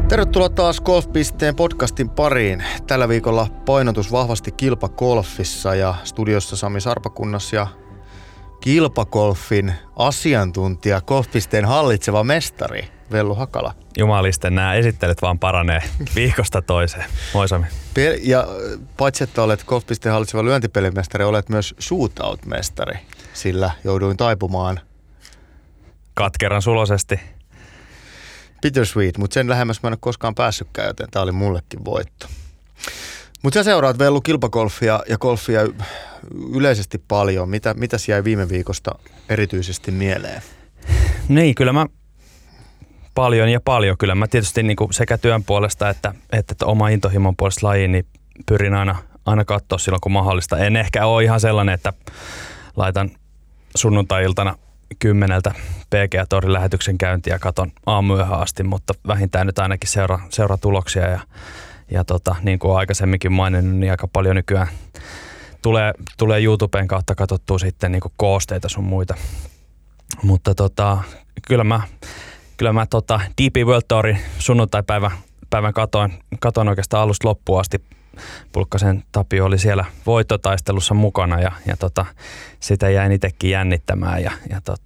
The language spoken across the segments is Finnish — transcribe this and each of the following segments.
Tervetuloa taas Golf.pisteen podcastin pariin. Tällä viikolla painotus vahvasti kilpagolfissa ja studiossa Sami Sarpakunnas ja kilpagolfin asiantuntija, Golf.pisteen hallitseva mestari Vellu Hakala. Jumalisten, nämä esittelyt vaan paranee viikosta toiseen. Moi Sami. Ja paitsi että olet Golf.pisteen hallitseva lyöntipelimestari, olet myös shootout-mestari, sillä jouduin taipumaan katkeran suloisesti. Bittersweet, mutta sen lähemmäs mä en ole koskaan päässytkään, joten tää oli mullekin voitto. Mutta sä seuraat Vellu kilpagolfia ja golfia yleisesti paljon. Mitäs jäi viime viikosta erityisesti mieleen? Niin, kyllä mä paljon. Kyllä mä tietysti niinku sekä työn puolesta että oma intohimon puolesta lajiin niin pyrin aina katsoa silloin kun mahdollista. En ehkä ole ihan sellainen, että laitan sunnuntai-iltana 10 PGA-torin lähetyksen käyntiä ja katon aamuyöhön asti, mutta vähintään nyt ainakin seuraa tuloksia ja niin kuin aikaisemminkin maininnut, niin aika paljon nykyään tulee YouTuben kautta katsottua sitten niin kuin koosteita sun muita. Mutta kyllä mä DP World Tourin sunnuntai-päivän katoin oikeastaan alusta loppuun asti. Pulkkasen Tapio oli siellä voittotaistelussa mukana ja sitä jäin itsekin jännittämään ja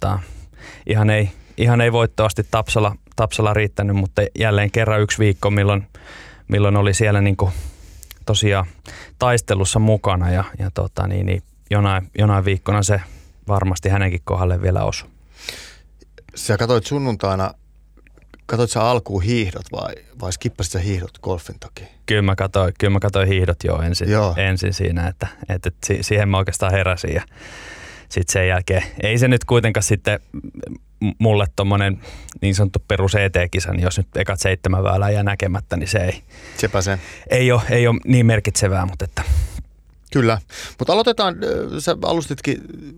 ihan ei voittoasti Tapsala riittänyt, mutta jälleen kerran yksi viikko, milloin oli siellä niinku tosiaan taistelussa mukana ja jonain viikkona se varmasti hänenkin kohdalle vielä osui. Sä katsoit sunnuntaina. Katoit sä alkuun hiihdot vai skippasit sä hiihdot golfin takia? Kyllä mä katsoin hiihdot ensin siinä, että siihen mä oikeastaan heräsin ja sitten sen jälkeen. Ei se nyt kuitenkaan sitten mulle tommonen niin sanottu perus ET-kisa, niin jos nyt ekat 7 väylää jää näkemättä, niin se ei. Sepä se. Ei ole niin merkitsevää, mutta että. Kyllä, mutta aloitetaan, sä alustitkin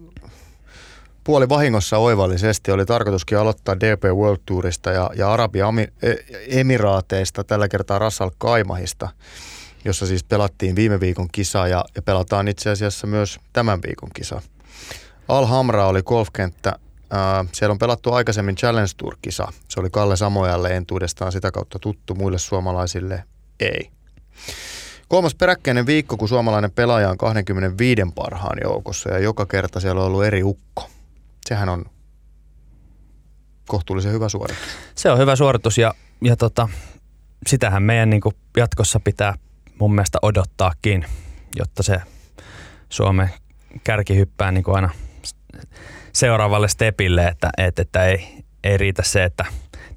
puoli vahingossa oivallisesti. Oli tarkoituskin aloittaa DP World Tourista ja Arabiemiraateista, tällä kertaa Ras Al Khaimahista, jossa siis pelattiin viime viikon kisa ja pelataan itse asiassa myös tämän viikon kisa. Al Hamra oli golfkenttä. Siellä on pelattu aikaisemmin Challenge Tour-kisa. Se oli Kalle Samojalle entuudestaan sitä kautta tuttu, muille suomalaisille ei. 3. peräkkäinen viikko, kun suomalainen pelaaja on 25 parhaan joukossa ja joka kerta siellä on ollut eri ukko. Sehän on kohtuullisen hyvä suoritus. Se on hyvä suoritus ja sitähän meidän niin kuin jatkossa pitää mun mielestä odottaakin, jotta se Suomen kärki hyppää niin kuin aina seuraavalle stepille, että ei riitä se, että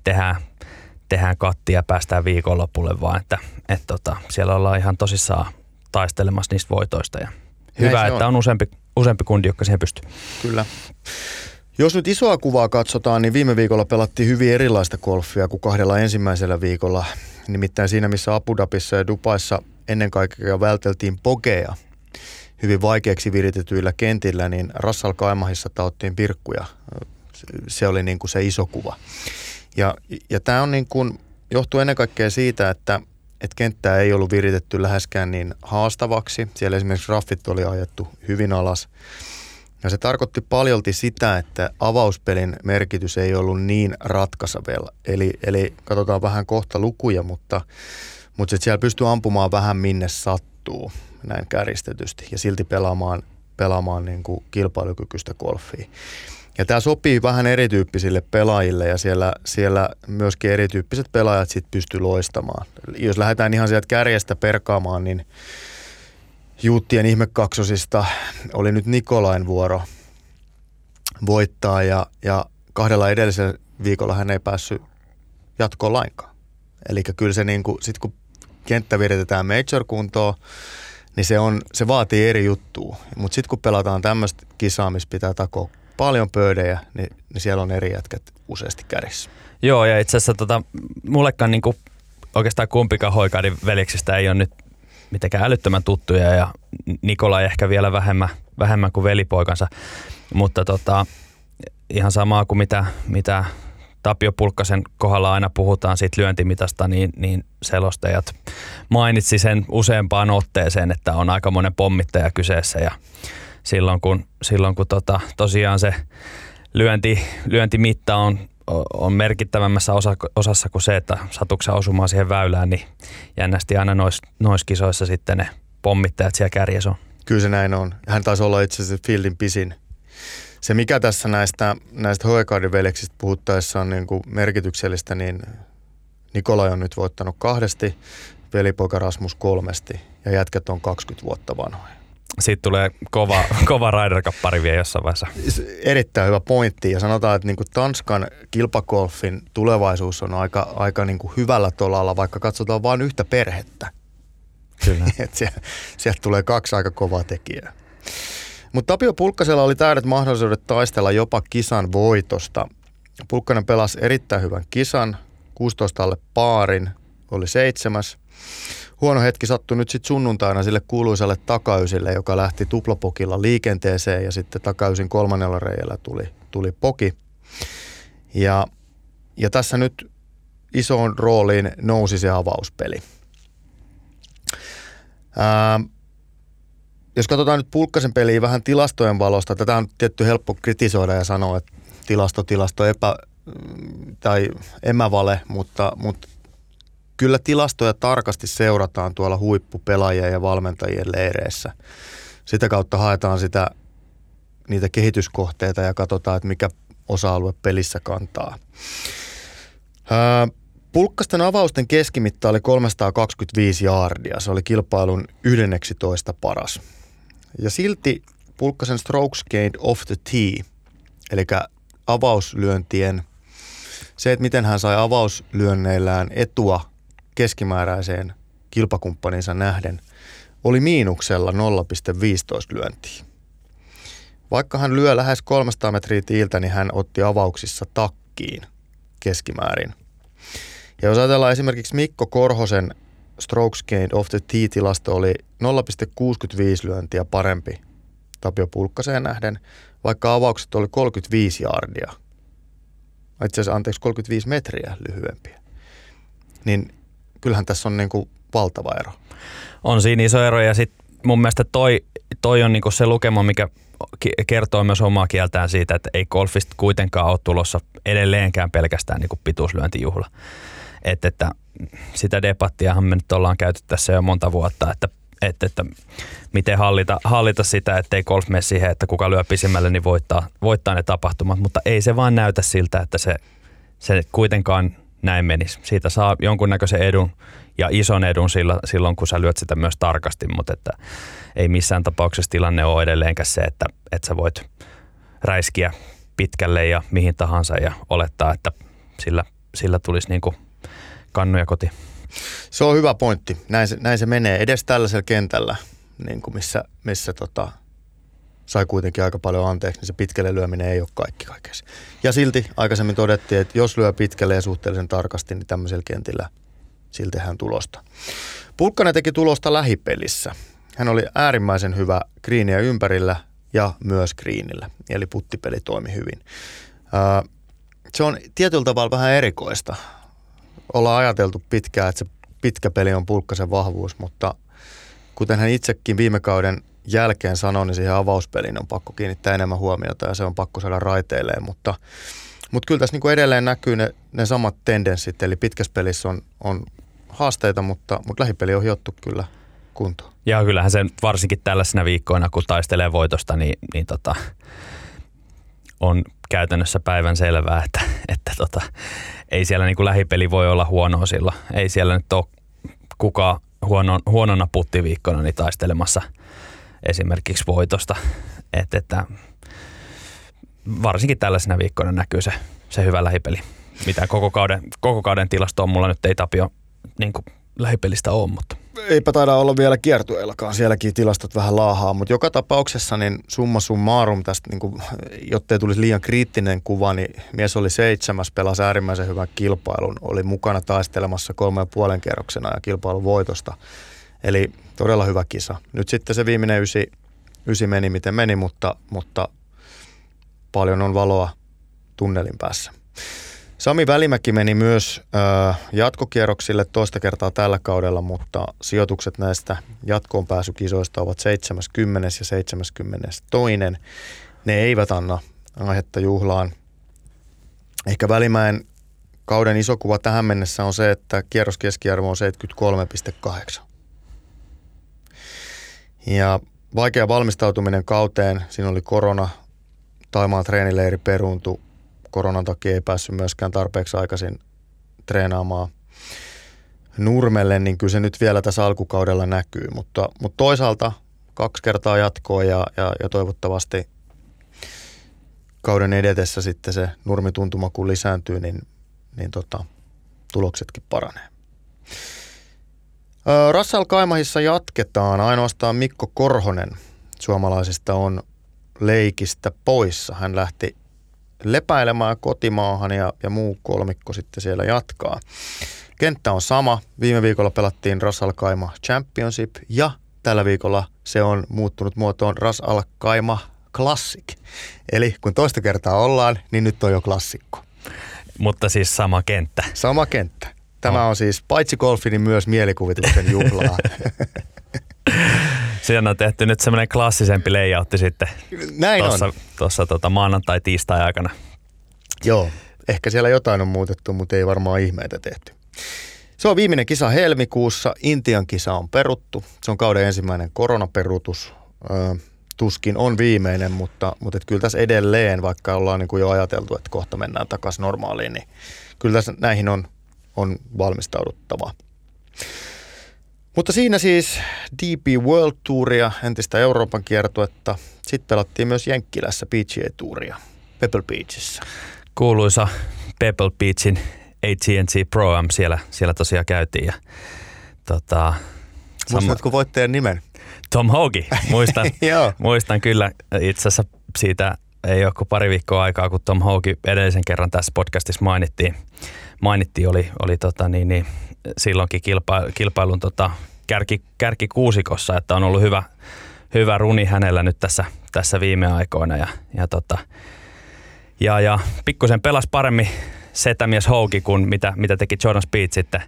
tehdään katti ja päästään viikonlopulle, vaan että siellä ollaan ihan tosissaan taistelemassa niistä voitoista ja hyvä, että on useampi kundi, joka siihen pystyy. Kyllä. Jos nyt isoa kuvaa katsotaan, niin viime viikolla pelattiin hyvin erilaista golfia kuin 2 ensimmäisellä viikolla. Nimittäin siinä, missä Abu Dhabissa ja Dubaissa ennen kaikkea välteltiin pogeja hyvin vaikeaksi viritetyillä kentillä, niin Ras Al Khaimahissa taottiin pirkkuja. Se oli niin kuin se iso kuva. Ja tämä on niin kuin, johtuu ennen kaikkea siitä, että kenttää ei ollut viritetty läheskään niin haastavaksi. Siellä esimerkiksi raffit oli ajettu hyvin alas. Ja se tarkoitti paljolti sitä, että avauspelin merkitys ei ollut niin ratkaisevella. Eli katsotaan vähän kohta lukuja, mutta siellä pystyy ampumaan vähän minne sattuu, näin kärjistetysti, ja silti pelaamaan niin kuin kilpailukykyistä golfia. Ja tämä sopii vähän erityyppisille pelaajille ja siellä myöskin erityyppiset pelaajat sitten pystyy loistamaan. Jos lähdetään ihan sieltä kärjestä perkaamaan, niin Juuttien ihmekaksosista oli nyt Nikolain vuoro voittaa ja 2 edellisellä viikolla hän ei päässyt jatkoon lainkaan. Eli kyllä se niinku, sit kun kenttä viritetään major-kuntoon, niin se vaatii eri juttua. Mutta sitten kun pelataan tämmöistä kisaa, missä pitää takoa paljon pöydejä, niin siellä on eri jätkät useasti kädessä. Joo, ja itse asiassa mullekaan niinku oikeastaan kumpikaan Hoikaadin veljeksistä ei ole nyt mitenkään älyttömän tuttuja ja Nikolai ehkä vielä vähemmän kuin velipoikansa, mutta ihan samaa kuin mitä Tapio Pulkkasen kohdalla aina puhutaan siitä lyöntimitasta, niin selostajat mainitsi sen useampaan otteeseen, että on aikamoinen pommittaja kyseessä ja silloin kun tosiaan se lyöntimitta on merkittävämmässä osassa kuin se, että satuksa osumaan siihen väylään, niin jännästi aina noissa kisoissa sitten ne pommittajat siellä kärjessä on. Kyllä se näin on. Hän taisi olla itse asiassa fieldin pisin. Se mikä tässä näistä Højgaardin veljeksistä puhuttaessa on niin kuin merkityksellistä, niin Nikolai on nyt voittanut 2, velipoika Rasmus 3 ja jätkät on 20 vuotta vanhoja. Siitä tulee kova Ryder Cup-pari vielä jossain vaiheessa. Erittäin hyvä pointti ja sanotaan, että niin kuin Tanskan kilpagolfin tulevaisuus on aika niin kuin hyvällä tolalla, vaikka katsotaan vain yhtä perhettä. Kyllä. Sieltä tulee 2 aika kovaa tekijää. Mutta Tapio Pulkkasella oli täydet mahdollisuudet taistella jopa kisan voitosta. Pulkkanen pelasi erittäin hyvän kisan, 16 alle paarin, oli 7. Huono hetki sattui nyt sitten sunnuntaina sille kuuluisalle takaysille, joka lähti tuplapokilla liikenteeseen ja sitten takaysin 3. reiällä tuli poki. Ja tässä nyt isoon rooliin nousi se avauspeli. Jos katsotaan nyt Pulkkasen peliä vähän tilastojen valosta, tätä on tietty helppo kritisoida ja sanoa, että tilasto tai emävale, mutta kyllä tilastoja tarkasti seurataan tuolla huippupelaajien ja valmentajien leireissä. Sitä kautta haetaan niitä kehityskohteita ja katsotaan, että mikä osa-alue pelissä kantaa. Pulkkasten avausten keskimitta oli 325 jaardia. Se oli kilpailun 11 paras. Ja silti Pulkkasen strokes gained off the tee, eli avauslyöntien, se, että miten hän sai avauslyönneillään etua keskimääräiseen kilpakumppaninsa nähden, oli miinuksella 0,15 lyöntiä. Vaikka hän lyö lähes 300 metriä tiiltä, niin hän otti avauksissa takkiin keskimäärin. Ja jos ajatellaan esimerkiksi Mikko Korhosen strokes gained off the tee-tilasto oli 0,65 lyöntiä parempi Tapio Pulkkaseen nähden, vaikka avaukset oli 35 jaardia. Itse asiassa 35 metriä lyhyempiä. Niin kyllähän tässä on niin kuin valtava ero. On siinä iso ero ja sitten mun mielestä toi on niin kuin se lukema, mikä kertoo myös omaa kieltään siitä, että ei golfista kuitenkaan ole tulossa edelleenkään pelkästään niin kuin pituuslyöntijuhla. Että sitä debattiahan me nyt ollaan käyty tässä jo monta vuotta, että miten hallita sitä, ettei golf mene siihen, että kuka lyö pisimmälle, niin voittaa ne tapahtumat, mutta ei se vaan näytä siltä, että se kuitenkaan näin menisi. Siitä saa jonkunnäköisen edun ja ison edun silloin, kun sä lyöt sitä myös tarkasti, mutta että ei missään tapauksessa tilanne ole edelleenkään se, että sä voit räiskiä pitkälle ja mihin tahansa ja olettaa, että sillä tulisi niin kuin kannuja kotiin. Se on hyvä pointti. Näin se menee edes tällaisella kentällä, niin kuin missä sai kuitenkin aika paljon anteeksi, niin se pitkälle lyöminen ei ole kaikki kaikessa. Ja silti aikaisemmin todettiin, että jos lyö pitkälle ja suhteellisen tarkasti, niin tämmöisellä kentillä silti tehdään tulosta. Pulkkanen teki tulosta lähipelissä. Hän oli äärimmäisen hyvä greenia ympärillä ja myös greenillä, eli puttipeli toimi hyvin. Se on tietyllä tavalla vähän erikoista. Ollaan ajateltu pitkään, että se pitkä peli on Pulkkasen vahvuus, mutta kuten hän itsekin viime kauden jälkeen sanoi, niin siihen avauspeliin on pakko kiinnittää enemmän huomiota ja se on pakko saada raiteilleen, mutta kyllä tässä niin kuin edelleen näkyy ne samat tendenssit, eli pitkässä pelissä on haasteita, mutta lähipeli on hiottu kyllä kuntoon. Ja kyllähän se varsinkin tällaisina viikkoina, kun taistelee voitosta, niin on käytännössä päivän selvää, että ei siellä niin kuin lähipeli voi olla huonoa silloin. Ei siellä nyt ole kukaan huonona puttiviikkona niin taistelemassa esimerkiksi voitosta. Että varsinkin tällaisina viikkoina näkyy se hyvä lähipeli. Mitä koko kauden tilastoa mulla nyt ei Tapio niin kuin lähipelistä ole, mutta eipä taida olla vielä kiertueellakaan, sielläkin tilastot vähän laahaa, mutta joka tapauksessa niin summa summarum tästä, niin kuin, jottei tulisi liian kriittinen kuva, niin mies oli 7, pelasi äärimmäisen hyvän kilpailun, oli mukana taistelemassa 3,5 kierroksena ja kilpailun voitosta. Eli todella hyvä kisa. Nyt sitten se viimeinen ysi meni miten meni, mutta paljon on valoa tunnelin päässä. Sami Välimäki meni myös jatkokierroksille toista kertaa tällä kaudella, mutta sijoitukset näistä jatkoon pääsykisoista ovat 70. ja 72. Ne eivät anna aihetta juhlaan. Ehkä Välimäen kauden iso kuva tähän mennessä on se, että kierroskeskiarvo on 73,8. Ja vaikea valmistautuminen kauteen, siinä oli korona, Thaimaan treenileiri peruuntui, koronan takia ei päässyt myöskään tarpeeksi aikaisin treenaamaan Nurmelle, niin kyllä se nyt vielä tässä alkukaudella näkyy, mutta toisaalta 2 kertaa jatkoa ja toivottavasti kauden edetessä sitten se nurmituntuma kun lisääntyy, niin tuloksetkin paranee. Ras Al Khaimahissa jatketaan. Ainoastaan Mikko Korhonen suomalaisista on leikistä poissa. Hän lähti lepäilemään kotimaahan ja muu kolmikko sitten siellä jatkaa. Kenttä on sama. Viime viikolla pelattiin Ras Al Khaimah Championship ja tällä viikolla se on muuttunut muotoon Ras Al Khaimah Classic. Eli kun toista kertaa ollaan, niin nyt on jo klassikko. Mutta siis sama kenttä. Sama kenttä. Tämä on siis paitsi golfi, niin myös mielikuvituksen juhlaa. Siinä on tehty nyt semmoinen klassisempi layoutti sitten. Näin tuossa maanantai-tiistai aikana. Joo, ehkä siellä jotain on muutettu, mutta ei varmaan ihmeitä tehty. Se on viimeinen kisa helmikuussa. Intian kisa on peruttu. Se on kauden ensimmäinen koronaperuutus. Tuskin on viimeinen, mutta kyllä tässä edelleen, vaikka ollaan niin kuin jo ajateltu, että kohta mennään takaisin normaaliin, niin kyllä tässä näihin on valmistauduttava. Mutta siinä siis DP World Touria, entistä Euroopan kiertuetta. Sitten pelattiin myös Jenkkilässä PGA Touria, Pebble Beachissä. Kuuluisa Pebble Beachin AT&T Pro-Am siellä tosiaan käytiin. Ja, muistatko voittajan nimen? Tom Hoge, muistan kyllä. Itse asiassa siitä ei ole kuin pari viikkoa aikaa, kun Tom Hoge edellisen kerran tässä podcastissa mainittiin oli silloinkin kilpailun kärki kuusikossa, että on ollut hyvä runi hänellä nyt tässä viime aikoina ja pikkusen pelasi paremmin setämies Hoge kuin mitä teki Jordan Spieth sitten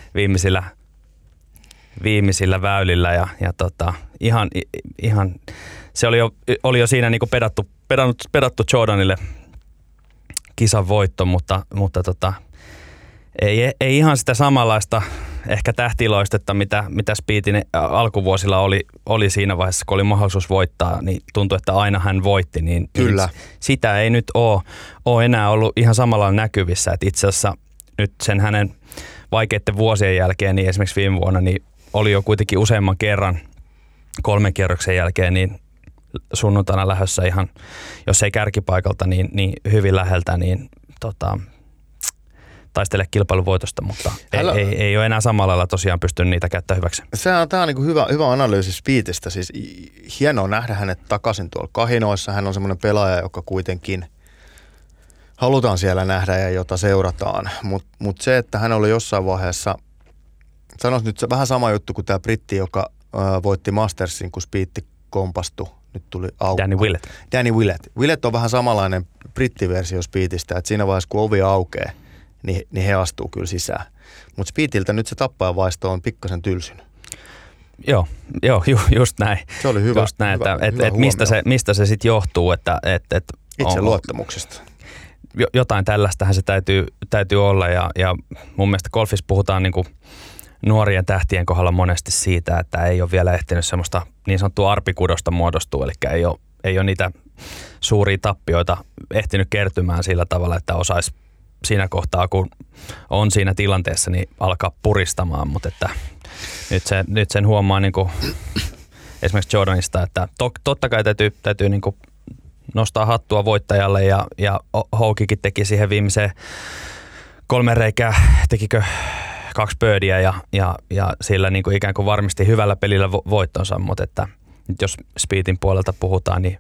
viimeisillä väylillä ja ihan se oli jo siinä niinku pedattu Jordanille kisan voitto, mutta ei ihan sitä samanlaista ehkä tähtiloistetta, mitä Spiethin alkuvuosilla oli siinä vaiheessa, kun oli mahdollisuus voittaa, niin tuntui, että aina hän voitti. Niin sitä ei nyt ole enää ollut ihan samalla näkyvissä. Et itse asiassa nyt sen hänen vaikeiden vuosien jälkeen, niin esimerkiksi viime vuonna, niin oli jo kuitenkin useamman kerran 3 kierroksen jälkeen niin sunnuntaina lähdössä ihan, jos ei kärkipaikalta, niin hyvin läheltä, niin taistele kilpailuvoitosta, mutta ei ole enää samalla lailla tosiaan pystynyt niitä käyttämään hyväksi. Tämä on niin kuin hyvä analyysi Spiethistä. Siis hienoa nähdä hänet takaisin tuolla kahinoissa. Hän on semmoinen pelaaja, joka kuitenkin halutaan siellä nähdä ja jota seurataan. Mutta se, että hän oli jossain vaiheessa, sanoisin nyt vähän sama juttu kuin tämä britti, joka voitti Mastersin, kun Spieth kompastui. Nyt tuli aukko. Danny Willett. Willett on vähän samanlainen brittiversio Spiethistä, että siinä vaiheessa kun ovi aukeaa, niin he astuu kyllä sisään. Mutta Spiethiltä nyt se tappajavaisto on pikkasen tylsynyt. Joo, just näin. Se oli hyvä. Just näin, että mistä se sitten johtuu, että itse luottamuksesta. Jotain tällaistähän se täytyy olla ja mun mielestä golfissa puhutaan niinku nuorien tähtien kohdalla monesti siitä, että ei ole vielä ehtinyt semmoista niin sanottua arpikudosta muodostua, eli ei ole niitä suuria tappioita ehtinyt kertymään sillä tavalla, että osaisi siinä kohtaa, kun on siinä tilanteessa, niin alkaa puristamaan, mutta että nyt sen huomaa niin kuin esimerkiksi Jordanista, että totta kai täytyy niin kuin nostaa hattua voittajalle ja Hogekin teki siihen viimeiseen 3 reikää, tekikö 2 birdiä ja sillä niin kuin ikään kuin varmisti hyvällä pelillä voittonsa, mutta että nyt jos Spiethin puolelta puhutaan, niin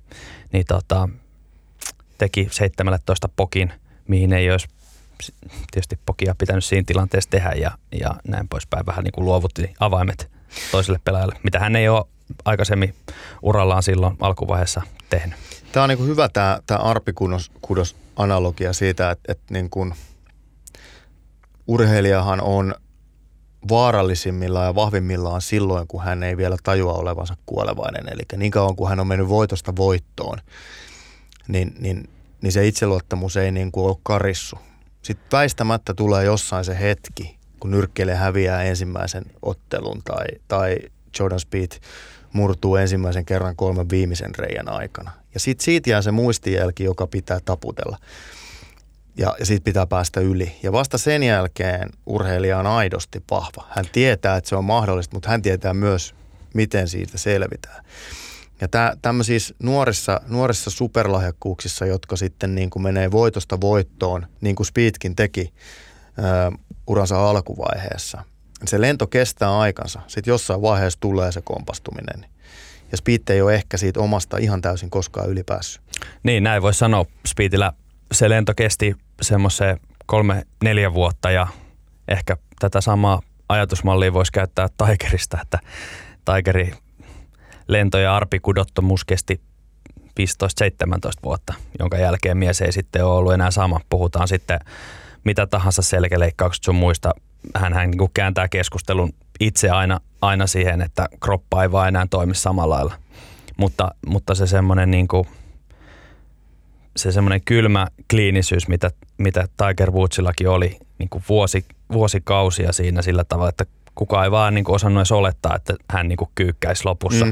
teki 17 pokin, mihin ei olisi tietysti pokia pitänyt siinä tilanteessa tehdä ja näin poispäin. Vähän niin kuin luovutti avaimet toiselle pelaajalle, mitä hän ei ole aikaisemmin urallaan silloin alkuvaiheessa tehnyt. Tämä on niin kuin hyvä tämä arpikudos-analogia siitä, että niin kuin urheilijahan on vaarallisimmillaan ja vahvimmillaan silloin, kun hän ei vielä tajua olevansa kuolevainen. Eli niin kauan, kun hän on mennyt voitosta voittoon, niin se itseluottamus ei niin kuin ole karissu. Sitten väistämättä tulee jossain se hetki, kun nyrkkeilijä häviää ensimmäisen ottelun tai Jordan Spieth murtuu ensimmäisen kerran 3 viimeisen reijän aikana. Ja sitten siitä jää se muistijälki, joka pitää taputella. Ja siitä pitää päästä yli. Ja vasta sen jälkeen urheilija on aidosti vahva. Hän tietää, että se on mahdollista, mutta hän tietää myös, miten siitä selvitään. Ja tämmöisissä nuorissa superlahjakkuuksissa, jotka sitten niin kuin menee voitosta voittoon, niin kuin Spiethkin teki uransa alkuvaiheessa. Se lento kestää aikansa. Sitten jossain vaiheessa tulee se kompastuminen. Ja Spieth ei ole ehkä siitä omasta ihan täysin koskaan ylipäässyt. Niin, näin voi sanoa. Spiethillä se lento kesti semmoiseen 3-4 vuotta ja ehkä tätä samaa ajatusmallia voisi käyttää Tigerista, että Tigerin lento- ja arpikudottomuus kesti 15-17 vuotta, jonka jälkeen mies ei sitten ole ollut enää sama. Puhutaan sitten mitä tahansa selkäleikkaukset sun muista. Hän niin kuin kääntää keskustelun itse aina siihen, että kroppa ei vaan enää toimi samalla lailla. Mutta se semmoinen niin kuin se semmoinen kylmä kliinisyys, mitä Tiger Woodsillakin oli niin kuin vuosikausia siinä sillä tavalla, että kukaan ei vaan niin kuin osannut edes olettaa, että hän niin kuin kyykkäisi lopussa.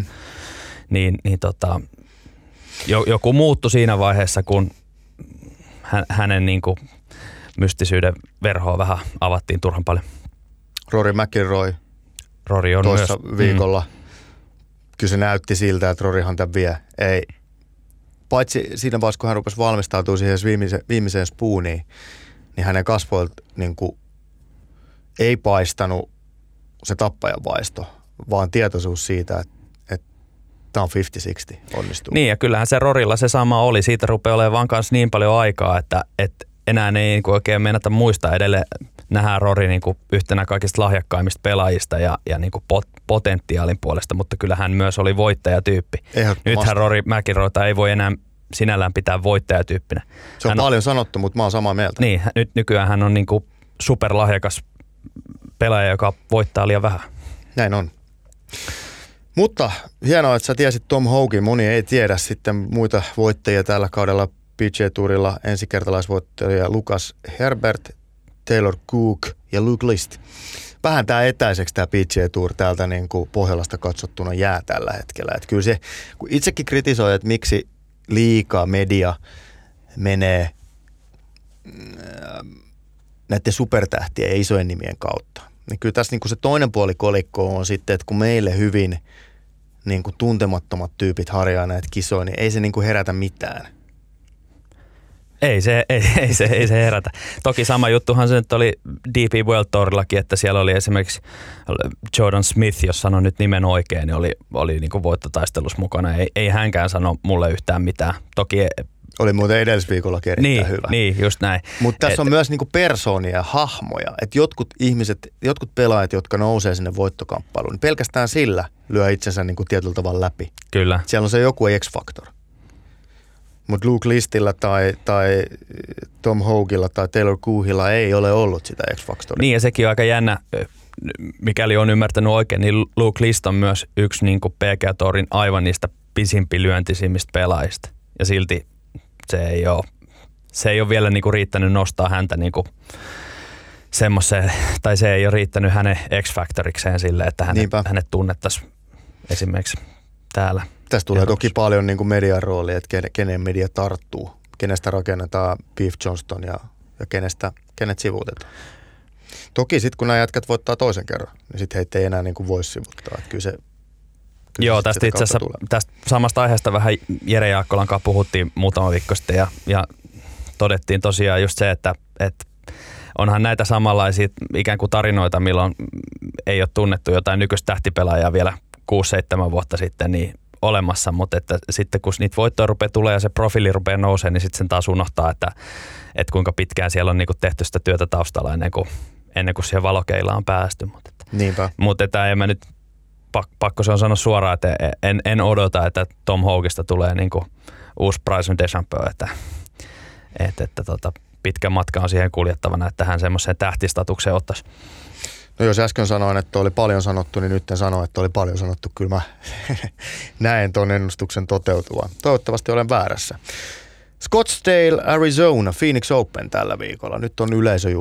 Joku muuttui siinä vaiheessa, kun hänen niin kuin mystisyyden verhoa vähän avattiin turhan paljon. Rory McIlroy Rory on toissa myös viikolla. Kyllä se näytti siltä, että Roryhan tämän vie. Ei. Paitsi siinä vaiheessa, kun hän rupesi valmistautumaan siihen viimeiseen spooniin, niin hänen kasvoilta niin kuin ei paistanut se tappajan vaisto, vaan tietoisuus siitä, että tämä on 50-60 onnistuu. Niin, ja kyllähän se Rorylla se sama oli. Siitä rupeaa olemaan vaan kanssa niin paljon aikaa, että enää ei niin kuin oikein meinata muistaa. Edelleen nähdään Rory niin kuin yhtenä kaikista lahjakkaimmista pelaajista ja niin kuin potentiaalin puolesta, mutta kyllä hän myös oli voittajatyyppi. Nythän Rory McIlroyta ei voi enää sinällään pitää voittajatyyppinä. Se on paljon sanottu, mutta mä oon samaa mieltä. Niin, nykyään hän on niin kuin superlahjakas pelaaja, joka voittaa liian vähän. Näin on. Mutta hienoa, että sä tiesit Tom Hogen. Moni ei tiedä sitten muita voittajia tällä kaudella PGA-tuurilla. Ensikertalaisvoittaja Lucas Herbert, Taylor Cook ja Luke List. Vähän tämä etäiseksi tämä PGA Tour täältä niin kuin Pohjolasta katsottuna jää tällä hetkellä. Että kyllä se, kun itsekin kritisoi, että miksi liikaa media menee näiden supertähtien ja isojen nimien kautta. Niin kyllä tässä niin kuin se toinen puoli kolikko on sitten, että kun meille hyvin niin kuin tuntemattomat tyypit harjaa näitä kisoja, niin ei se niin kuin herätä mitään. Ei se herätä. Toki sama juttuhan se nyt oli DP World Tourillakin, että siellä oli esimerkiksi Jordan Smith, jos sanon nyt nimen oikein, niin oli niin kuin voittotaistelussa mukana. Ei hänkään sano mulle yhtään mitään. Toki oli muuten edellisviikollakin erittäin hyvä. Niin, just näin. Mutta tässä on myös niinku persoonia ja hahmoja. Että jotkut pelaajat, jotka nousee sinne voittokamppailuun, niin pelkästään sillä lyö itsensä niinku tietyllä tavalla läpi. Kyllä. Siellä on se joku X-faktor. Mutta Luke Listillä tai Tom Hogella tai Taylor Cookilla ei ole ollut sitä X-faktoria. Niin, ja sekin on aika jännä, mikäli on ymmärtänyt oikein, niin Luke List on myös yksi niinku PGA Tourin aivan niistä pisimpilyöntisimmistä pelaajista. Ja silti se ei ole vielä niinku riittänyt nostaa häntä niinku semmoiseen, tai se ei ole riittänyt hänen X-faktorikseen sille, että hänet tunnettaisiin esimerkiksi täällä. Tässä tulee toki paljon niin kuin median roolia, että kenen media tarttuu, kenestä rakennetaan Beef Johnston ja kenet sivuutetaan. Toki sitten kun nämä jätkät voittaa toisen kerran, niin sitten heitä ei enää niin kuin voi sivuttaa. Joo, tästä itse asiassa tästä samasta aiheesta vähän Jere Jaakkolan kanssa puhuttiin muutama viikko sitten ja todettiin tosiaan just se, että onhan näitä samanlaisia ikään kuin tarinoita, milloin ei ole tunnettu jotain nykyistä tähtipelaajaa vielä 6-7 vuotta sitten niin olemassa, mutta että sitten kun niitä voittoja rupeaa tulee ja se profiili rupeaa nousemaan, niin sitten sen taas unohtaa, että kuinka pitkään siellä on niinku tehty sitä työtä taustalla ennen kuin siihen valokeilaan on päästy. Niinpä. Mutta että en mä nyt pakko se on sanoa suoraan, että en odota, että Tom Hogesta tulee niinku uusi Bryson DeChambeau, että pitkä matka on siihen kuljettavana, että hän semmoiseen tähtistatukseen ottaisi. No jos äsken sanoin, että oli paljon sanottu, niin nyt en sano, että oli paljon sanottu. Kyllä mä näen tuon ennustuksen toteutuvan. Toivottavasti olen väärässä. Scottsdale, Arizona, Phoenix Open tällä viikolla. Nyt on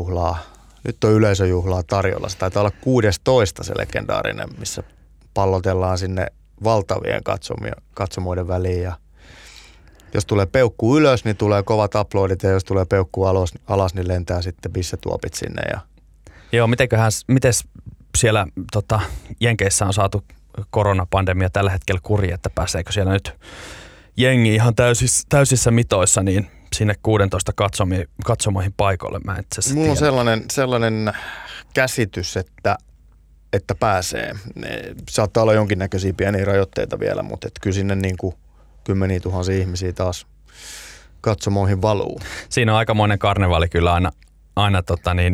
yleisöjuhlaa tarjolla. Se taitaa olla 16 se legendaarinen, missä pallotellaan sinne valtavien katsomoiden väliin. Ja jos tulee peukku ylös, niin tulee kovat aplodit, ja jos tulee peukku alas, niin lentää sitten bissetuopit sinne. Ja... Joo, miten siellä Jenkeissä on saatu koronapandemia tällä hetkellä kuriin, että pääseekö siellä nyt jengi ihan täysissä mitoissa niin sinne 16 katsomoihin paikoille? Mä en Mulla on sellainen käsitys, että pääsee. Saattaa olla jonkinnäköisiä pieniä rajoitteita vielä, mutta kyllä sinne niin kuin 10 000 ihmisiä taas katsomoihin valuu. Siinä on aikamoinen karnevaali kyllä aina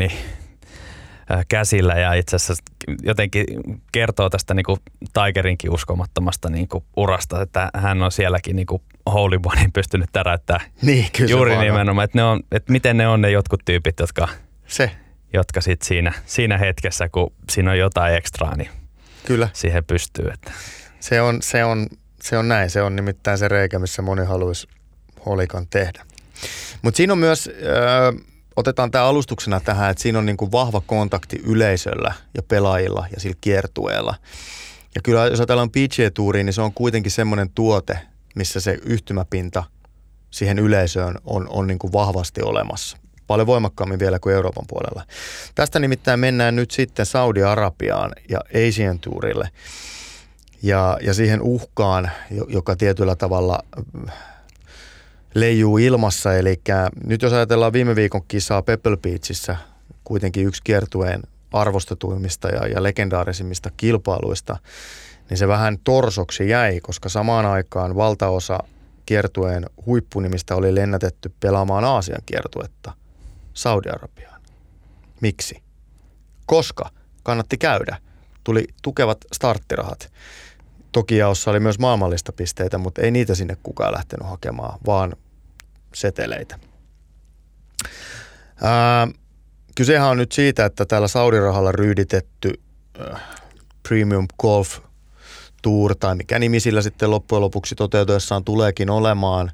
käsillä, ja itse asiassa jotenkin kertoo tästä niinku Tigerinkin uskomattomasta niinku urasta, että hän on sielläkin niinku Holy Boneyn pystynyt täräyttämään juuri nimenomaan, että miten ne on ne jotkut tyypit, jotka sit siinä hetkessä, kun siinä on jotain ekstraa, niin kyllä siihen pystyy. Että. Se on näin, se on nimittäin se reikä, missä moni haluaisi holikan tehdä. Mutta siinä on myös... Otetaan tämä alustuksena tähän, että siinä on niin kuin vahva kontakti yleisöllä ja pelaajilla ja sillä kiertueella. Ja kyllä jos ajatellaan PGA-tuuriin, niin se on kuitenkin semmoinen tuote, missä se yhtymäpinta siihen yleisöön on niin kuin vahvasti olemassa. Paljon voimakkaammin vielä kuin Euroopan puolella. Tästä nimittäin mennään nyt sitten Saudi-Arabiaan ja Asian Tourille ja siihen uhkaan, joka tietyllä tavalla... leijuu ilmassa, eli nyt jos ajatellaan viime viikon kisaa Pebble Beachissä, kuitenkin yksi kiertueen arvostetuimmista ja legendaarisimmista kilpailuista, niin se vähän torsoksi jäi, koska samaan aikaan valtaosa kiertueen huippunimistä oli lennätetty pelaamaan Aasian kiertuetta Saudi-Arabiaan. Miksi? Koska kannatti käydä. Tuli tukevat starttirahat. Toki jaossa oli myös maailmallista pisteitä, mutta ei niitä sinne kukaan lähtenyt hakemaan, vaan seteleitä. Kysehän on nyt siitä, että täällä Saudi-rahalla ryyditetty Premium Golf Tour, tai mikä nimi sillä sitten loppujen lopuksi toteutuessaan tuleekin olemaan,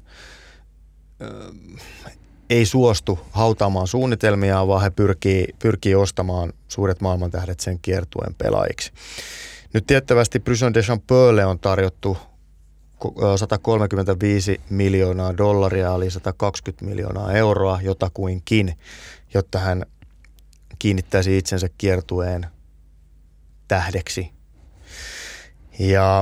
ei suostu hautaamaan suunnitelmiaan, vaan he pyrkii ostamaan suuret maailmantähdet sen kiertueen pelaajiksi. Nyt tiettävästi Bryson DeChambeaulle on tarjottu $135 miljoonaa, eli 120 miljoonaa euroa jotakuinkin, jotta hän kiinnittäisi itsensä kiertueen tähdeksi. Ja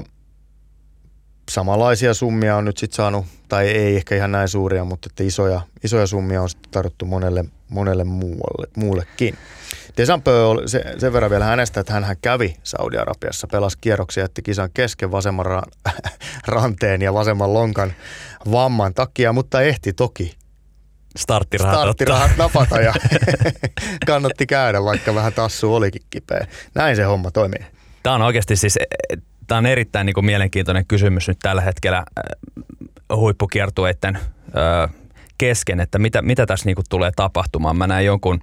samanlaisia summia on nyt sitten saanut, tai ei ehkä ihan näin suuria, mutta että isoja summia on sitten tarjottu monelle muullekin. Dechampeux sen verran vielä hänestä, että hän kävi Saudi-Arabiassa, pelasi kierroksia, jätti kisan kesken vasemman ranteen ja vasemman lonkan vamman takia, mutta ehti toki starttirahat napata ja kannatti käydä, vaikka vähän tassu olikin kipeä. Näin se homma toimii. Tämä on oikeasti siis, tämä on erittäin niin kuin mielenkiintoinen kysymys nyt tällä hetkellä huippukiertueiden kesken, että mitä tässä niin kuin tulee tapahtumaan. Mä näin jonkun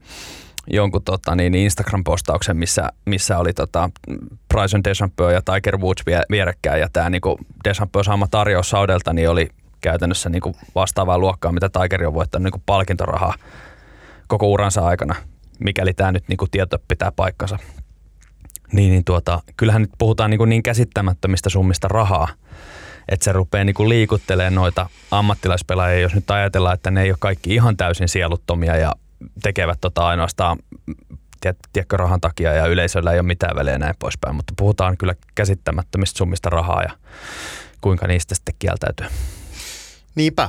Instagram-postauksen, missä oli Bryson DeChambeau ja Tiger Woods vierekkäin, ja tämä niinku DeChambeau saama tarjous Saudelta niin oli käytännössä niinku vastaavaa luokkaa, mitä Tiger on voittanut niinku palkintorahaa koko uransa aikana, mikäli tämä nyt niinku tieto pitää paikkansa. Kyllähän nyt puhutaan niin käsittämättömistä summista rahaa, että se rupeaa niinku liikuttelemaan noita ammattilaispelaajia, jos nyt ajatellaan, että ne ei ole kaikki ihan täysin sieluttomia ja tekevät ainoastaan tiedätkö, rahan takia ja yleisöllä ei ole mitään väliä ja näin poispäin, mutta puhutaan kyllä käsittämättömistä summista rahaa ja kuinka niistä sitten kieltäytyy. Niinpä.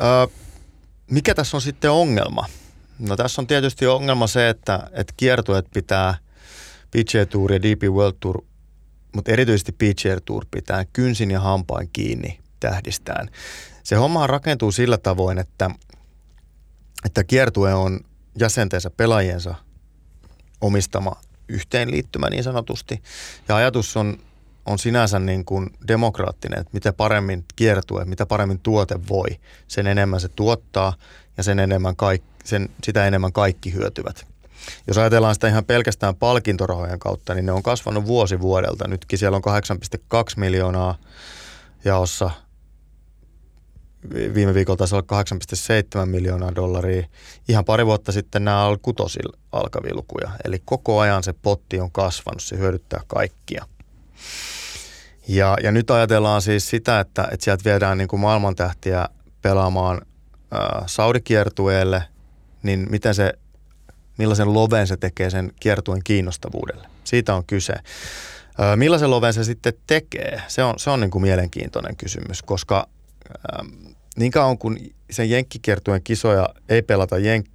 Mikä tässä on sitten ongelma? No tässä on tietysti ongelma se, että kiertueet pitää PGA Tour ja DP World Tour, mutta erityisesti PGA Tour pitää kynsin ja hampain kiinni tähdistään. Se homma rakentuu sillä tavoin, että kiertue on jäsentensä pelaajiensa omistama yhteenliittymä niin sanotusti. Ja ajatus on sinänsä niin kuin demokraattinen, että mitä paremmin kiertue, mitä paremmin tuote voi, sen enemmän se tuottaa ja sitä enemmän kaikki hyötyvät. Jos ajatellaan sitä ihan pelkästään palkintorahojen kautta, niin ne on kasvanut vuosi vuodelta. Nytkin siellä on 8,2 miljoonaa jaossa viime viikolla taisi olla $8.7 miljoonaa. Ihan pari vuotta sitten nämä oli 6 alkavia lukuja. Eli koko ajan se potti on kasvanut, se hyödyttää kaikkia. Ja nyt ajatellaan siis sitä, että sieltä viedään niin kuin maailmantähtiä pelaamaan Saudi-kiertueelle, niin millaisen loven se tekee sen kiertueen kiinnostavuudelle. Siitä on kyse. Millaisen loven se sitten tekee? Se on niin kuin mielenkiintoinen kysymys, koska niin kauan kun sen jenkkikiertueen kisoja ei pelata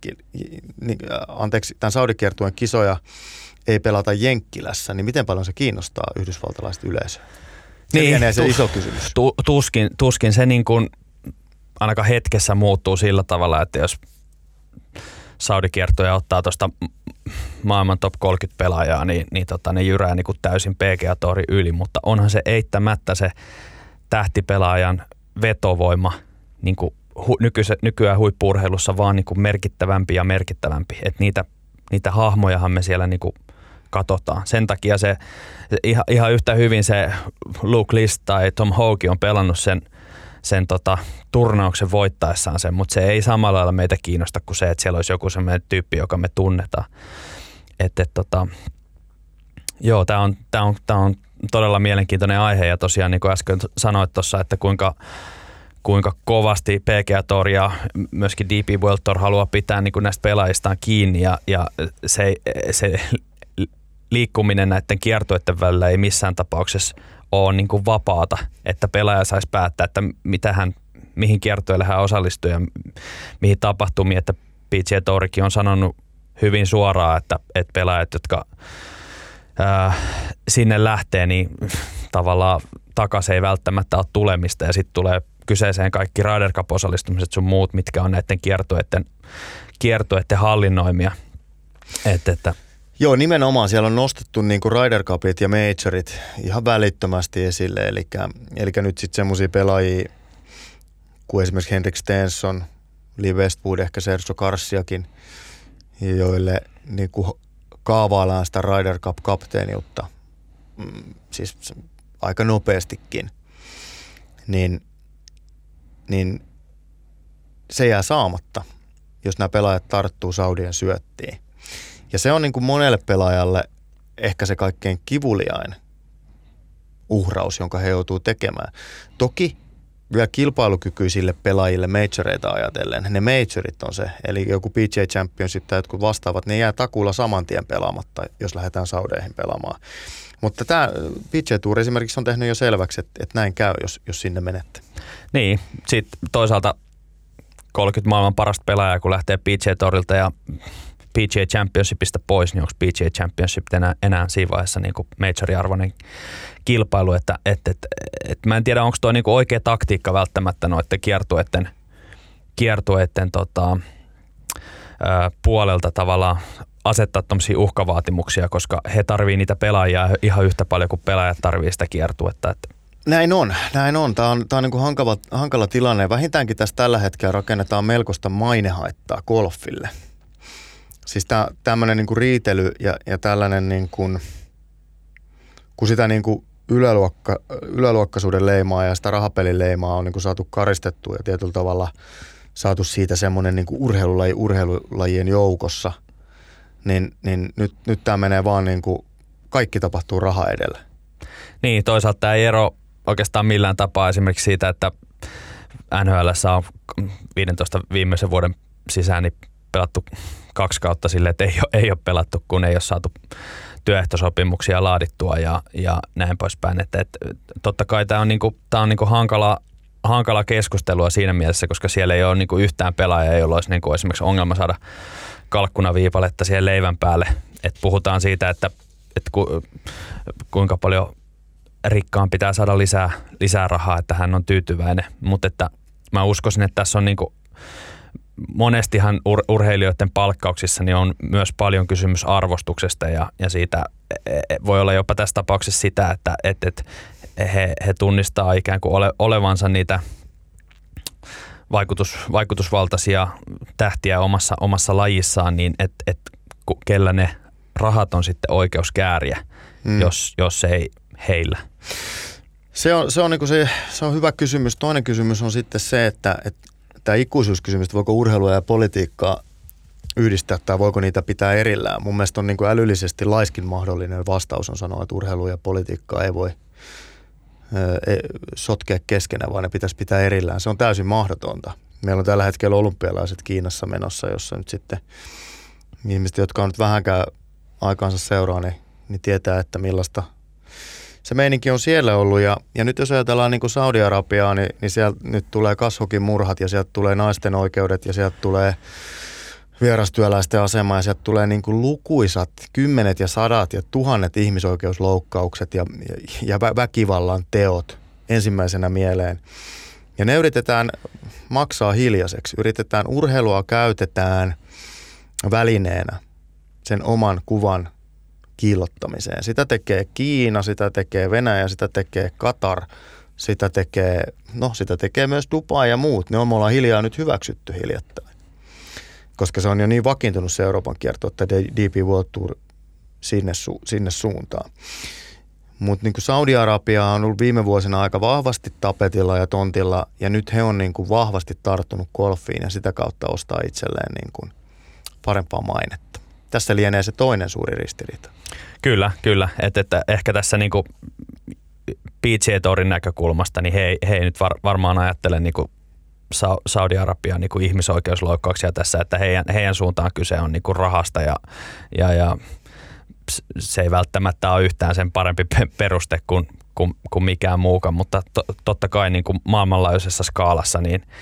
tämän Saudi-kiertueen kisoja ei pelata Jenkkilässä, niin miten paljon se kiinnostaa yhdysvaltalaiset yleisöä? Se lienee se iso kysymys. Tuskin se niin kuin ainakaan hetkessä muuttuu sillä tavalla, että jos Saudi-kiertoja ottaa tuosta maailman top 30 pelaajaa, niin ne jyrää niin kuin täysin PGA-touri yli, mutta onhan se eittämättä se tähtipelaajan vetovoima niin kuin nykyään huippu-urheilussa vaan niin kuin merkittävämpi ja merkittävämpi. Että niitä hahmojahan me siellä niin kuin katsotaan. Sen takia se ihan yhtä hyvin se Luke List tai Tom Hoge on pelannut sen turnauksen voittaessaan sen, mutta se ei samalla lailla meitä kiinnosta kuin se, että siellä olisi joku sellainen tyyppi, joka me tunnetaan. Joo, tämä on todella mielenkiintoinen aihe ja tosiaan niin kuin äsken sanoit tuossa, että kuinka kovasti PGA Tour ja myöskin DP World Tour haluaa pitää niin kuin näistä pelaajistaan kiinni ja se liikkuminen näiden kiertueiden välillä ei missään tapauksessa ole niin kuin vapaata, että pelaaja saisi päättää, että mihin kiertueelle hän osallistuu ja mihin tapahtumiin, että PGA Tourikin on sanonut hyvin suoraan, että pelaajat, jotka sinne lähtee, niin tavallaan takaisin ei välttämättä ole tulemista ja sitten tulee kyseeseen kaikki Ryder Cup-osallistumiset sun muut, mitkä on näiden kiertueiden hallinnoimia. Joo, nimenomaan siellä on nostettu niin kuin Ryder Cupit ja Majorit ihan välittömästi esille, eli nyt sitten semmoisia pelaajia kuin esimerkiksi Henrik Stenson, Lee Westwood, ehkä Sergio Garciakin, joille niin kuin kaavaillaan sitä Ryder Cup-kapteeniutta, siis aika nopeastikin, niin se jää saamatta, jos nämä pelaajat tarttuu Saudien syöttiin. Ja se on niin kuin monelle pelaajalle ehkä se kaikkein kivuliain uhraus, jonka he joutuu tekemään. Toki vielä kilpailukykyisille pelaajille majoreita ajatellen, ne majorit on se, eli joku PGA Championship tai jotkut vastaavat, ne jää takuulla saman tien pelaamatta, jos lähdetään Saudeihin pelaamaan. Mutta tämä PGA Tour esimerkiksi on tehnyt jo selväksi, että näin käy, jos sinne menette. Niin, sitten toisaalta 30 maailman parasta pelaajaa, kun lähtee PGA Tourilta ja PGA Championshipista pois, niin onko PGA Championship enää siinä vaiheessa niin kuin major-arvoinen kilpailu, että mä en tiedä, onko tuo niin kuin oikea taktiikka välttämättä noiden kiertueiden puolelta tavallaan asettaa tämmöisiä uhkavaatimuksia, koska he tarvii niitä pelaajia ihan yhtä paljon kuin pelaajat tarvii sitä kiertuetta. Näin on. Tämä on niin kuin hankala tilanne. Vähintäänkin tässä tällä hetkellä rakennetaan melkoista mainehaittaa golfille. Siis tämmöinen niin kuin riitely ja tällainen, niin kuin, kun sitä niin kuin yläluokkaisuuden leimaa ja sitä rahapelin leimaa on niin kuin saatu karistettua ja tietyllä tavalla saatu siitä semmoinen niin kuin urheilulajien joukossa, niin nyt tämä menee vaan niin kuin kaikki tapahtuu raha edellä. Niin, toisaalta tämä ei ero oikeastaan millään tapaa esimerkiksi siitä, että NHL:ssä on 15 viimeisen vuoden sisään niin pelattu 2 kautta silleen, että ei ole pelattu, kun ei ole saatu työehtosopimuksia laadittua ja näin poispäin. Että totta kai tämä on niinku hankala keskustelua siinä mielessä, koska siellä ei ole niinku yhtään pelaajaa, jolla olisi niinku esimerkiksi ongelma saada kalkkunaviipaletta siihen leivän päälle. Et puhutaan siitä, että kuinka paljon rikkaan pitää saada lisää rahaa, että hän on tyytyväinen. Mutta että mä uskoisin, että tässä on niinku monestihan urheilijoiden palkkauksissa niin on myös paljon kysymys arvostuksesta ja siitä voi olla jopa tässä tapauksessa sitä, että he tunnistaa ikään kuin olevansa niitä vaikutusvaltaisia tähtiä omassa lajissaan, niin että kellä ne rahat on sitten oikeus kääriä, jos ei heillä. Se on hyvä kysymys. Toinen kysymys on sitten se, että tämä ikuisuuskysymys, voiko urheilua ja politiikkaa yhdistää tai voiko niitä pitää erillään. Mun mielestä on niin kuin älyllisesti laiskin mahdollinen vastaus on sanoa, että urheilua ja politiikkaa ei voi sotkea keskenään, vaan ne pitäisi pitää erillään. Se on täysin mahdotonta. Meillä on tällä hetkellä olympialaiset Kiinassa menossa, jossa nyt sitten ihmiset, jotka on nyt vähänkään aikaansa seuraa, niin tietää, että millaista se meininki on siellä ollut. Ja nyt jos ajatellaan niin kuin Saudi-Arabiaa, niin sieltä nyt tulee Khashogin murhat ja sieltä tulee naisten oikeudet ja sieltä tulee vierastyöläisten asema ja sieltä tulee niin kuin lukuisat kymmenet ja sadat ja tuhannet ihmisoikeusloukkaukset ja väkivallan teot ensimmäisenä mieleen. Ja ne yritetään maksaa hiljaiseksi. Urheilua käytetään välineenä sen oman kuvan kiillottamiseen. Sitä tekee Kiina, sitä tekee Venäjä, sitä tekee Katar, sitä tekee myös Dubai ja muut. Ne on me ollaan hiljaa nyt hyväksytty hiljattain. Koska se on jo niin vakiintunut se Euroopan kierto, että DP World Tour sinne suuntaan. Mutta niin Saudi-Arabia on ollut viime vuosina aika vahvasti tapetilla ja tontilla, ja nyt he on niin kuin vahvasti tarttunut golfiin ja sitä kautta ostaa itselleen niin kuin parempaa mainetta. Tässä lienee se toinen suuri ristiriita. Kyllä. Että ehkä tässä niin kuin PGA Tourin näkökulmasta, niin he ei nyt varmaan ajattele niin kuin Saudi-Arabian niin kuin ihmisoikeusloukkauksia tässä, että heidän suuntaan kyse on niin kuin rahasta ja se ei välttämättä ole yhtään sen parempi peruste kuin mikään muukaan, mutta totta kai niin kuin maailmanlaajuisessa skaalassa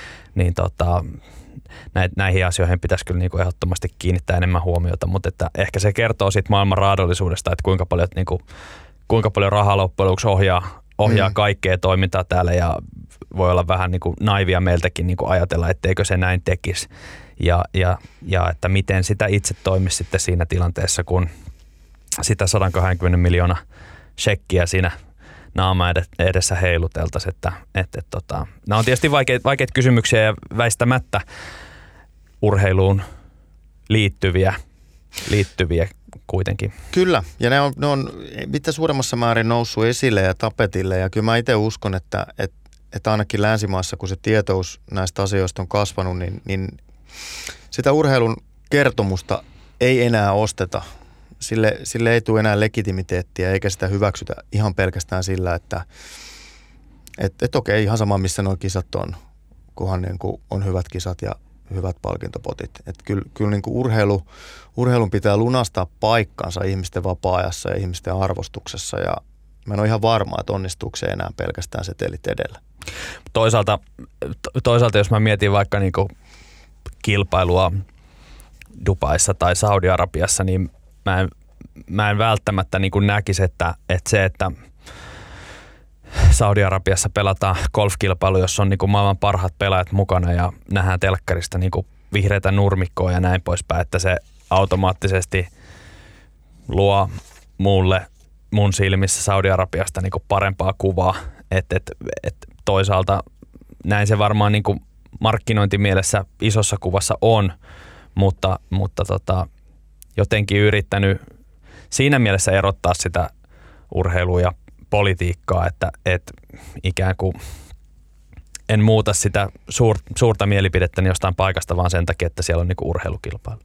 näihin asioihin pitäisi kyllä niin kuin ehdottomasti kiinnittää enemmän huomiota, mutta että ehkä se kertoo siitä maailman raadollisuudesta, että kuinka paljon rahaa loppujen lopuksi ohjaa kaikkea toimintaa täällä ja voi olla vähän niin kuin naivia meiltäkin niin kuin ajatella, etteikö se näin tekisi ja että miten sitä itse toimisi sitten siinä tilanteessa, kun sitä 120 miljoonaa shekkiä siinä naama edessä heiluteltaisiin. Nämä on tietysti vaikeita kysymyksiä ja väistämättä urheiluun liittyviä kuitenkin. Kyllä, ja ne on mitä suuremmassa määrin noussut esille ja tapetille, ja kyllä mä itse uskon, että ainakin länsimaassa, kun se tietous näistä asioista on kasvanut, niin sitä urheilun kertomusta ei enää osteta. Sille ei tule enää legitimiteettiä eikä sitä hyväksytä ihan pelkästään sillä, että okei, ihan sama missä nuo kisat on, kunhan niin kuin on hyvät kisat ja hyvät palkintopotit. Että kyllä niin kuin urheilun pitää lunastaa paikkansa ihmisten vapaa-ajassa ja ihmisten arvostuksessa ja mä en ole ihan varma, että onnistuuko se enää pelkästään setelit edellä. Toisaalta jos mä mietin vaikka niin kuin kilpailua Dubaissa tai Saudi-Arabiassa, niin mä en välttämättä niin kuin näkisi, että Saudi-Arabiassa pelataan golfkilpailu, jossa on niin kuin maailman parhaat pelaajat mukana ja nähdään telkkarista niin kuin vihreitä nurmikkoa ja näin poispäin, että se automaattisesti luo mun silmissä Saudi-Arabiasta niin kuin parempaa kuvaa. Toisaalta näin se varmaan niin kuin markkinointimielessä isossa kuvassa on, mutta jotenkin yrittänyt siinä mielessä erottaa sitä urheilua ja politiikkaa, että ikään kuin en muuta sitä suurta mielipidettäni jostain paikasta vaan sen takia, että siellä on niinku urheilukilpailu.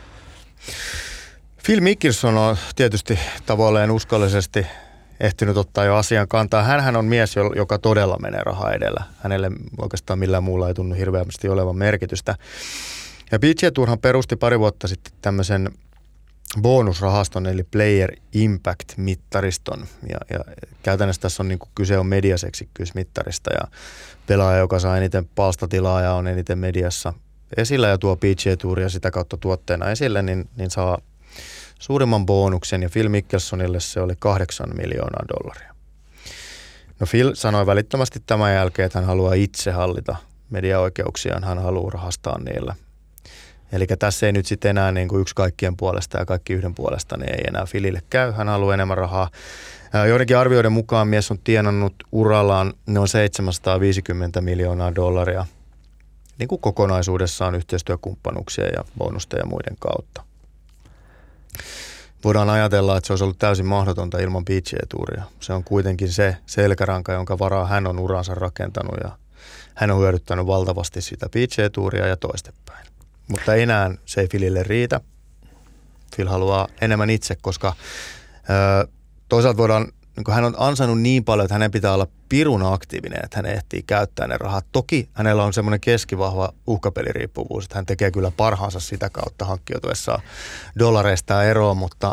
Phil Mickelson on tietysti tavallaan uskollisesti ehtinyt ottaa jo asian kantaa. Hänhän on mies, joka todella menee rahaa edellä. Hänelle oikeastaan millään muulla ei tunnu hirveästi olevan merkitystä. Ja PGA Tourhan perusti pari vuotta sitten tämmöisen bonusrahaston eli Player Impact-mittariston. Ja käytännössä tässä on niin kuin kyse on mediaseksikkyysmittarista ja pelaaja, joka saa eniten palstatilaa ja on eniten mediassa esillä ja tuo PGA Touria sitä kautta tuotteena esille, niin saa suurimman bonuksen ja Phil Mickelsonille se oli $8 miljoonaa. No Phil sanoi välittömästi tämän jälkeen, että hän haluaa itse hallita mediaoikeuksiaan, hän haluaa rahastaa niillä. Eli tässä ei nyt sitten enää niin kuin yksi kaikkien puolesta ja kaikki yhden puolesta, niin ei enää Philille käy. Hän haluaa enemmän rahaa. Joidenkin arvioiden mukaan mies on tienannut urallaan noin $750 miljoonaa niin kuin kokonaisuudessaan yhteistyökumppanuuksia ja bonusta ja muiden kautta. voidaan ajatella, että se olisi ollut täysin mahdotonta ilman PGA-tuuria. Se on kuitenkin se selkäranka, jonka varaa hän on uransa rakentanut ja hän on hyödyttänyt valtavasti sitä PGA-tuuria ja toistepäin. Mutta enää se ei Philille riitä. Phil haluaa enemmän itse, koska toisaalta voidaan, niin hän on ansainnut niin paljon, että hänen pitää olla pirun aktiivinen, että hän ehtii käyttää ne rahat. Toki hänellä on semmoinen keskivahva uhkapeliriippuvuus, että hän tekee kyllä parhaansa sitä kautta hankkiutuessaan dollareista eroon, mutta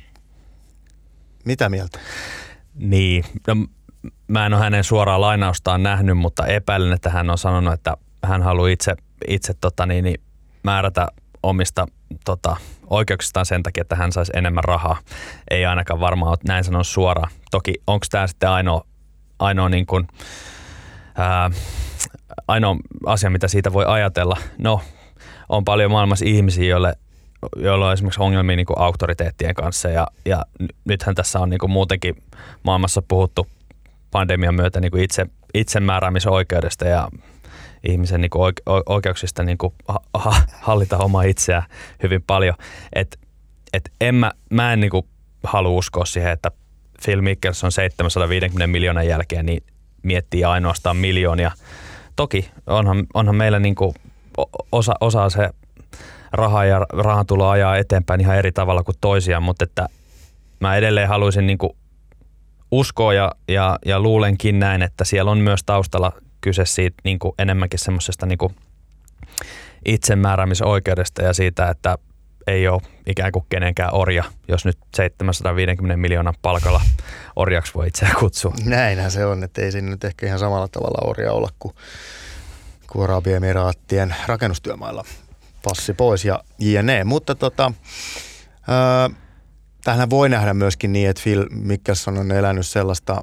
mitä mieltä? Niin, no, mä en ole hänen suoraa lainaustaan nähnyt, mutta epäilen, että hän on sanonut, että hän haluaa itse määrätä omista oikeuksistaan sen takia, että hän saisi enemmän rahaa. Ei ainakaan varmaan ole näin sanonut suoraan. Toki onko tämä sitten ainoa, niin kuin, ainoa asia, mitä siitä voi ajatella? No, on paljon maailmassa ihmisiä, joilla on esimerkiksi ongelmia niin kuin auktoriteettien kanssa ja nythän tässä on niin kuin muutenkin maailmassa puhuttu pandemian myötä niin kuin itsemääräämisoikeudesta ja ihmisen niin kuin oikeuksista niin kuin hallita omaa itseään hyvin paljon. Mä en niin kuin halua uskoa siihen, että Phil Mickelson 750 miljoonan jälkeen niin miettii ainoastaan miljoonia. Toki onhan meillä niin kuin osa se raha ja rahan tulo ajaa eteenpäin ihan eri tavalla kuin toisiaan, mutta että mä edelleen haluaisin niin kuin uskoa ja luulenkin näin, että siellä on myös taustalla kyse siitä niin kuin enemmänkin semmoisesta niin kuin itsemääräämisoikeudesta ja siitä, että ei ole ikään kuin kenenkään orja, jos nyt 750 miljoonan palkalla orjaksi voi itseään kutsua. Näinhän se on, että ei siinä nyt ehkä ihan samalla tavalla orja olla kuin Arabiemiraattien rakennustyömailla. Passi pois ja jne. Mutta tähän voi nähdä myöskin niin, että Phil Mickelson on elänyt sellaista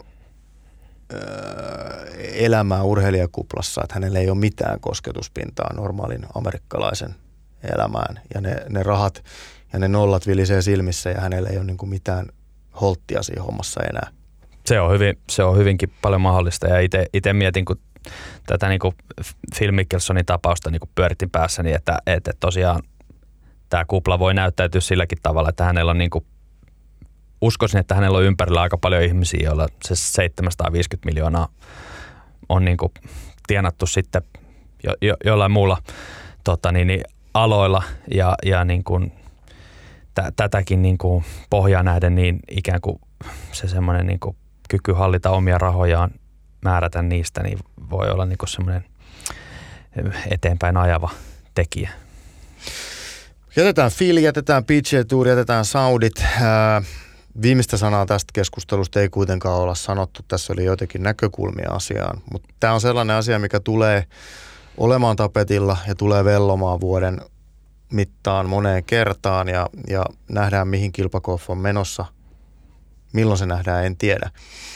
elämää urheilijakuplassa, että hänellä ei ole mitään kosketuspintaa normaalin amerikkalaisen elämään. Ja ne rahat ja ne nollat vilisee silmissä ja hänellä ei ole niin kuin mitään holttia siinä hommassa enää. Se on hyvinkin paljon mahdollista ja itse mietin, kun tätä niin kuin Phil Mickelsonin tapausta niin kuin pyöritin päässäni, että tosiaan tämä kupla voi näyttäytyä silläkin tavalla, että hänellä on niin kuin, uskoisin, että hänellä on ympärillä aika paljon ihmisiä, joilla se 750 miljoonaa on niin kuin tienattu sitten jollain muulla aloilla ja niin kuin tätäkin niin kuin pohjaa nähden niin ikään kuin se semmoinen niin kuin kyky hallita omia rahojaan, määrätä niistä, niin voi olla niin kuin semmoinen eteenpäin ajava tekijä. Jätetään Phil, jätetään PGA Tour, jätetään Saudit. Viimeistä sanaa tästä keskustelusta ei kuitenkaan olla sanottu. Tässä oli jotenkin näkökulmia asiaan, mutta tämä on sellainen asia, mikä tulee olemaan tapetilla ja tulee vellomaan vuoden mittaan moneen kertaan ja nähdään, mihin kilpagolf on menossa. Milloin se nähdään, en tiedä.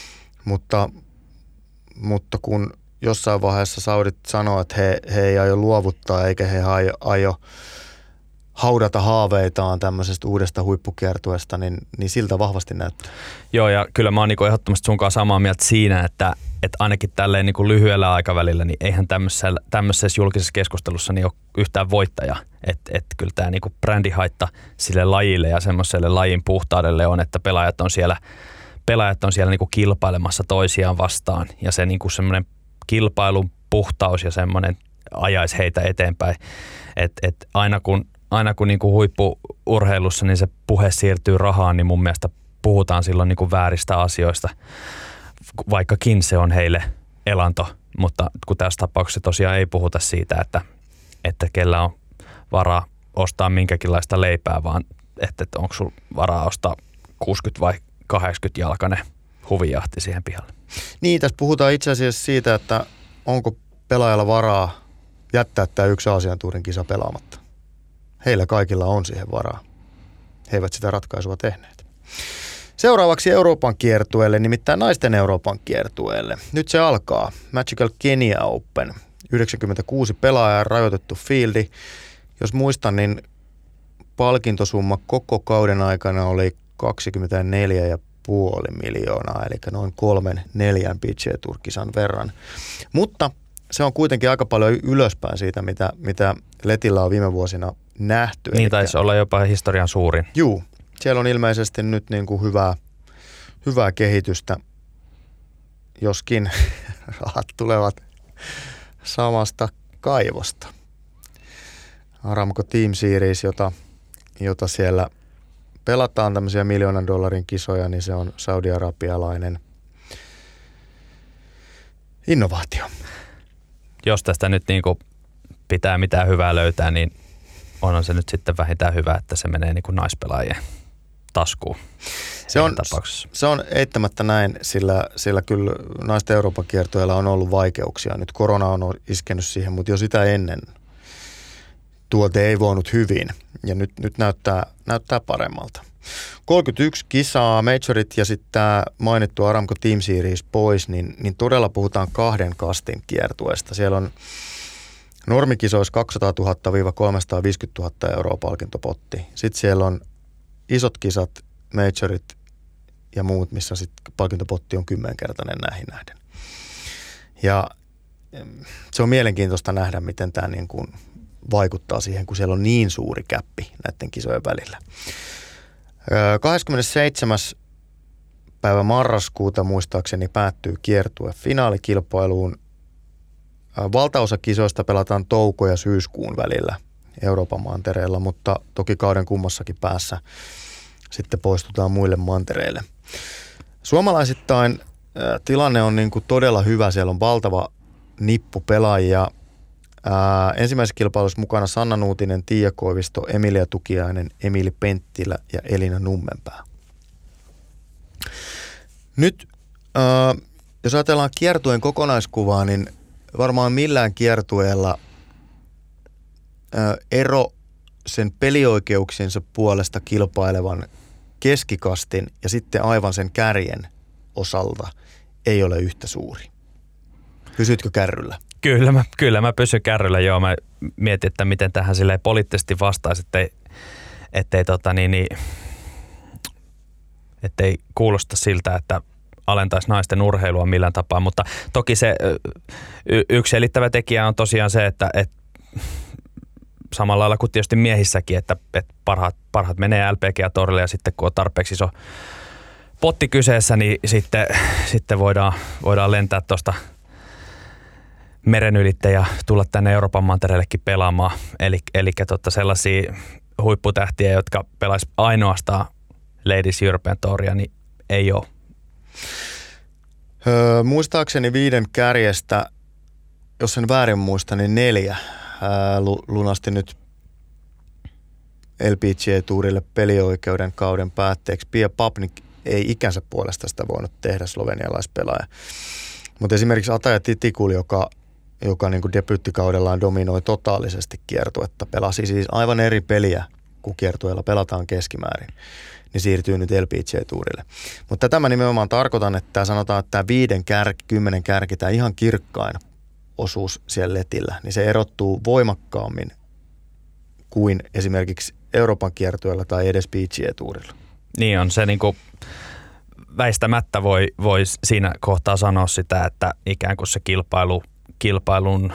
Mutta kun jossain vaiheessa Saudit sanoo, että he ei aio luovuttaa eikä he aio haudata haaveitaan tämmöisestä uudesta huippukiertueesta, niin siltä vahvasti näyttää. Joo, ja kyllä mä oon niinku ehdottomasti sunkaan samaa mieltä siinä, että ainakin tälleen niinku lyhyellä aikavälillä, niin eihän tämmöisessä julkisessa keskustelussa niin ole yhtään voittajaa. Että kyllä tämä niinku brändihaitta sille lajille ja semmoiselle lajin puhtaudelle on, että pelaajat on siellä niinku kilpailemassa toisiaan vastaan, ja se niinku semmoinen kilpailun puhtaus ja semmoinen ajaisi heitä eteenpäin. Et aina kun niinku huippu-urheilussa niin se puhe siirtyy rahaan, niin mun mielestä puhutaan silloin niinku vääristä asioista, vaikkakin se on heille elanto. Mutta kun tässä tapauksessa tosiaan ei puhuta siitä, että kellä on varaa ostaa minkäkinlaista leipää, vaan että onko sulla varaa ostaa 60 vai 80 jalkainen huvijahti siihen pihalle. Niin, tässä puhutaan itse asiassa siitä, että onko pelaajalla varaa jättää tämä yksi Aasian Tourin kisa pelaamatta. Heillä kaikilla on siihen varaa. He eivät sitä ratkaisua tehneet. Seuraavaksi Euroopan kiertueelle, nimittäin naisten Euroopan kiertueelle. Nyt se alkaa. Magical Kenya Open. 96 pelaajaa, rajoitettu fieldi. Jos muistan, niin palkintosumma koko kauden aikana oli 24,5 miljoonaa, eli noin 3-4 PGA Tour-kisan verran. Mutta se on kuitenkin aika paljon ylöspäin siitä, mitä Letillä on viime vuosina nähty. Niin taisi olla jopa historian suurin. Juu, Siellä on ilmeisesti nyt niin kuin hyvää kehitystä, joskin rahat tulevat samasta kaivosta. Aramco Team Series, jota siellä pelataan tämmöisiä $1 miljoonan kisoja, niin se on saudi-arabialainen innovaatio. Jos tästä nyt niin kuin pitää mitään hyvää löytää, niin on se nyt sitten vähintään hyvä, että se menee niin kuin naispelaajien taskuun. Se on eittämättä näin, sillä kyllä naisten Euroopan kiertueella on ollut vaikeuksia. Nyt korona on iskenyt siihen, mutta jo sitä ennen tuote ei voinut hyvin ja nyt näyttää paremmalta. 31 kisaa, majorit ja sitten tämä mainittu Aramco Team Series pois, niin todella puhutaan 2 kastin kiertueesta. Siellä on normikisoissa 200 000–350 000 euroa palkintopotti. Sitten siellä on isot kisat, majorit ja muut, missä sitten palkintopotti on 10-kertainen näihin nähden. Ja se on mielenkiintoista nähdä, miten tämä niin kuin vaikuttaa siihen, kun siellä on niin suuri käppi näiden kisojen välillä. 27. päivä marraskuuta muistaakseni päättyy kiertue finaalikilpailuun. Valtaosa kisoista pelataan touko- ja syyskuun välillä Euroopan mantereella, mutta toki kauden kummassakin päässä sitten poistutaan muille mantereille. Suomalaisittain tilanne on niin kuin todella hyvä. Siellä on valtava nippu pelaajia. Ensimmäisessä kilpailussa mukana Sanna Nuutinen, Tiia Koivisto, Emilia Tukiainen, Emili Penttilä ja Elina Nummenpää. Nyt, jos ajatellaan kiertueen kokonaiskuvaa, niin varmaan millään kiertueella ero sen pelioikeuksiensa puolesta kilpailevan keskikastin ja sitten aivan sen kärjen osalta ei ole yhtä suuri. Pysytkö kärryllä? Kyllä mä pysyn kärryllä, joo. Mä mietin, että miten tähän silleen poliittisesti vastaisi, ettei kuulosta siltä, että alentaisi naisten urheilua millään tapaa, mutta toki se yksi selittävä tekijä on tosiaan se, että samalla lailla kuin tietysti miehissäkin, että parhaat menee LPGA-torille ja sitten kun on tarpeeksi iso potti kyseessä, niin sitten voidaan lentää tuosta meren ylitse ja tulla tänne Euroopan mantereellekin pelaamaan. Eli sellaisia huipputähtiä, jotka pelaisi ainoastaan Ladies European Touria, niin ei ole. Muistaakseni 5 kärjestä, jos en väärin muista, niin 4 lunasti nyt LPGA-tuurille pelioikeuden kauden päätteeksi. Pia Papnik ei ikänsä puolesta sitä voinut tehdä, slovenialaispelaaja. Mutta esimerkiksi Ataja Titikul, joka niin kuin debyyttikaudellaan dominoi totaalisesti kiertuetta, pelasi siis aivan eri peliä, kun kiertueella pelataan keskimäärin, niin siirtyy nyt LPGA-tuurille. Mutta tätä mä nimenomaan tarkoitan, että sanotaan, että tämä 5-10 kärki, tämä ihan kirkkain osuus siellä letillä, niin se erottuu voimakkaammin kuin esimerkiksi Euroopan kiertueella tai edes PGA-tuurilla. Niin on se niin kuin väistämättä voi siinä kohtaa sanoa sitä, että ikään kuin se kilpailun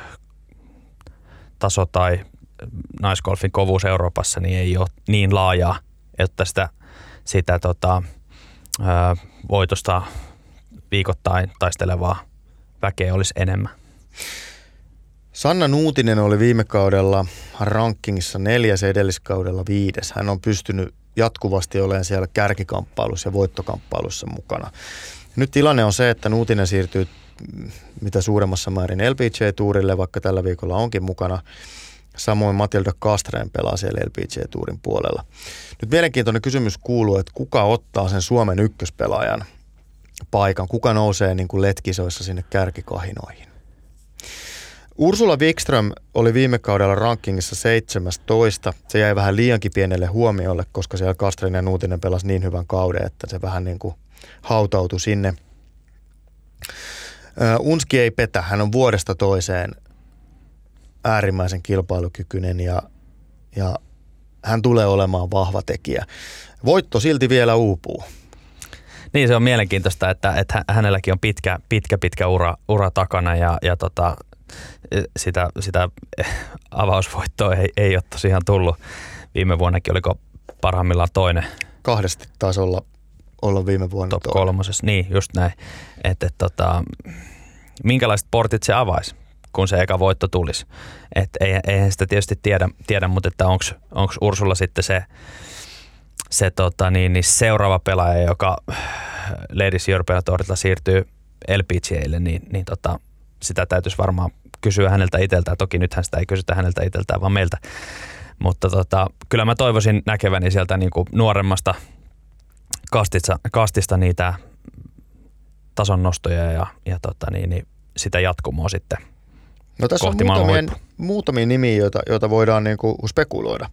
taso tai naisgolfin kovuus Euroopassa niin ei ole niin laajaa, että sitä voitosta viikoittain taistelevaa väkeä olisi enemmän. Sanna Nuutinen oli viime kaudella rankingissa 4. ja edelliskaudella 5. Hän on pystynyt jatkuvasti olemaan siellä kärkikamppailussa ja voittokamppailussa mukana. Nyt tilanne on se, että Nuutinen siirtyy mitä suuremmassa määrin LPGA-tuurille, vaikka tällä viikolla onkin mukana. Samoin Matilda Castrén pelaa siellä LPGA-tuurin puolella. Nyt mielenkiintoinen kysymys kuuluu, että kuka ottaa sen Suomen ykköspelaajan paikan? Kuka nousee niin kuin letkisoissa sinne kärkikahinoihin? Ursula Wikström oli viime kaudella rankingissa 17. Se jäi vähän liiankin pienelle huomiolle, koska siellä Castrén ja Nuutinen pelasi niin hyvän kauden, että se vähän niin kuin hautautui sinne. Unski ei petä. Hän on vuodesta toiseen äärimmäisen kilpailukykyinen ja hän tulee olemaan vahva tekijä. Voitto silti vielä uupuu. Niin, se on mielenkiintoista, että hänelläkin on pitkä ura takana ja sitä avausvoittoa ei ole tosiaan tullut. Viime vuonnakin oliko parhaimmillaan toinen. Kahdesti taisi olla viime vuonna top 3. Niin, just näin. Minkälaiset portit se avaisi, kun se eka voitto tulisi. Eihän sitä tietysti tiedä, mutta että onko Ursula sitten se seuraava pelaaja, joka Ladies European Tourilta siirtyy LPGAlle, niin sitä täytyisi varmaan kysyä häneltä itseltään. Toki nythän sitä ei kysytä häneltä itseltään, vaan meiltä. Mutta kyllä mä toivoisin näkeväni sieltä niinku nuoremmasta kastista niitä tason nostoja ja sitä jatkumoa sitten no tässä kohti on muutamia nimiä, joita voidaan niinku spekuloida.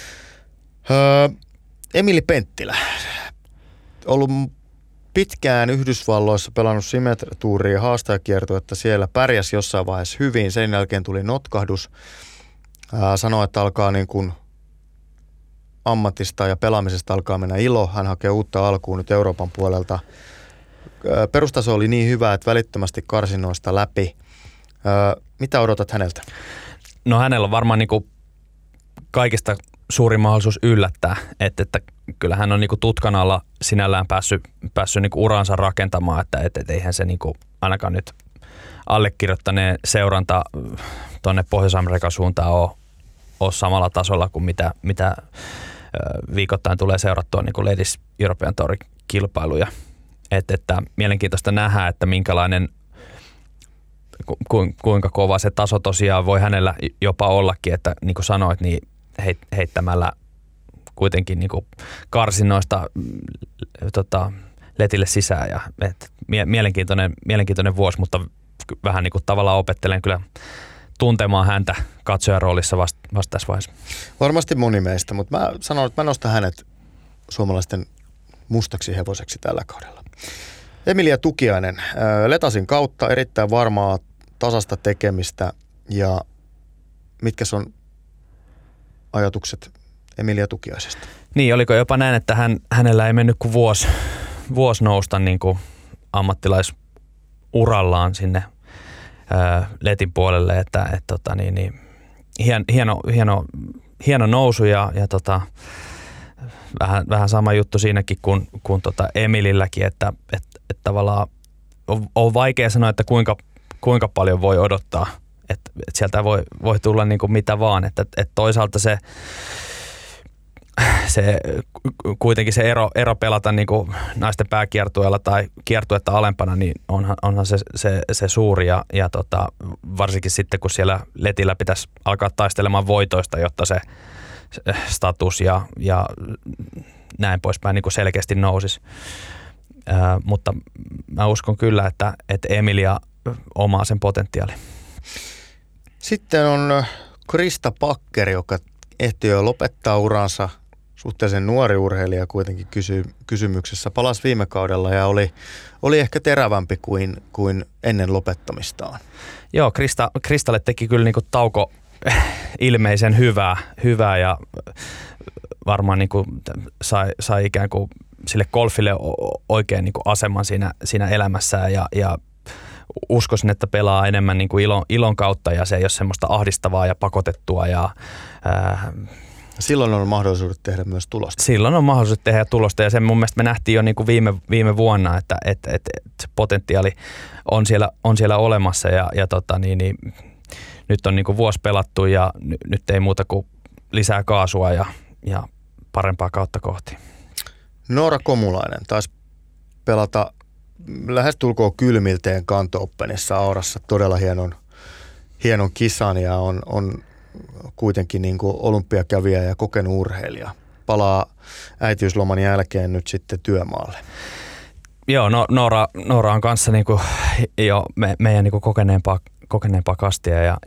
Emili Penttilä, ollut pitkään Yhdysvalloissa, pelannut Symetra-tuuria ja haastajakiertuetta siellä, pärjäsi jossain vaiheessa hyvin, sen jälkeen tuli notkahdus, sanoi, että alkaa niin kuin ammatista ja pelaamisesta alkaa mennä ilo, hän hakee uutta alkuun nyt Euroopan puolelta. Perustaso oli niin hyvä, että välittömästi karsinnoista läpi. Mitä odotat häneltä? No hänellä on varmaan niin kuin kaikista suurin mahdollisuus yllättää, että kyllä hän on niin kuin tutkan alla sinällään päässyt niin kuin uransa rakentamaan, että eihän se niin kuin ainakaan nyt allekirjoittaneen seuranta tuonne Pohjois-Amerikan suuntaan ole samalla tasolla kuin mitä viikoittain tulee seurattua niin kuin Ladies European Tourin kilpailuja. Että mielenkiintoista nähdä, että minkälainen, kuinka kova se taso tosiaan voi hänellä jopa ollakin, että niin kuin sanoit, niin heittämällä kuitenkin niin kuin karsinnoista letille sisään. Ja, mielenkiintoinen vuosi, mutta vähän niin kuin tavallaan opettelen kyllä tuntemaan häntä katsojan roolissa vasta tässä vaiheessa. Varmasti moni meistä, mutta mä sanon, että mä nostan hänet suomalaisten mustaksi hevoseksi tällä kaudella. Emilia Tukiainen, Letasin kautta erittäin varmaa tasasta tekemistä ja mitkä on ajatukset Emilia Tukiaisesta? Niin, oliko jopa näin, että hänellä ei mennyt kuin vuosi nousta niin kuin ammattilaisurallaan sinne letin puolelle, että hieno nousu ja vähän sama juttu siinäkin kuin Emililläkin, että tavallaan on vaikea sanoa, että kuinka paljon voi odottaa, että sieltä voi tulla niin kuin mitä vaan, että toisaalta se kuitenkin se ero pelata niin kuin naisten pääkiertueella tai kiertuetta alempana, niin onhan se suuri ja varsinkin sitten kun siellä letillä pitäisi alkaa taistelemaan voitoista, jotta se status ja näin poispäin niin kuin selkeästi nousisi. Mutta mä uskon kyllä, että Emilia omaa sen potentiaali. Sitten on Krista Pakker, joka ehti jo lopettaa uransa. Suhteellisen nuori urheilija kuitenkin kysymyksessä. Palasi viime kaudella ja oli ehkä terävämpi kuin ennen lopettamistaan. Joo, Kristalle teki kyllä niin kuin tauko ilmeisen hyvää ja varmaan niin kuin sai ikään kuin sille golfille oikein niin kuin aseman siinä elämässään ja uskoisin, että pelaa enemmän niin kuin ilon kautta ja se ei ole semmoista ahdistavaa ja pakotettua silloin on mahdollisuus tehdä myös tulosta. Silloin on mahdollisuus tehdä tulosta ja sen mun mielestä me nähtiin jo niin kuin viime vuonna, että se potentiaali on siellä olemassa ja nyt on niin kuin vuosi pelattu ja nyt ei muuta kuin lisää kaasua ja parempaa kautta kohti. Noora Komulainen taisi pelata lähestulkoon kylmilteen Kanto-Openissa Aurassa todella hienon kisan ja on kuitenkin niin kuin olympiakävijä ja kokenut urheilija. Palaa äitiysloman jälkeen nyt sitten työmaalle. Joo, Noora on kanssa niin kuin jo meidän niin kuin kokeneempaa kastia ja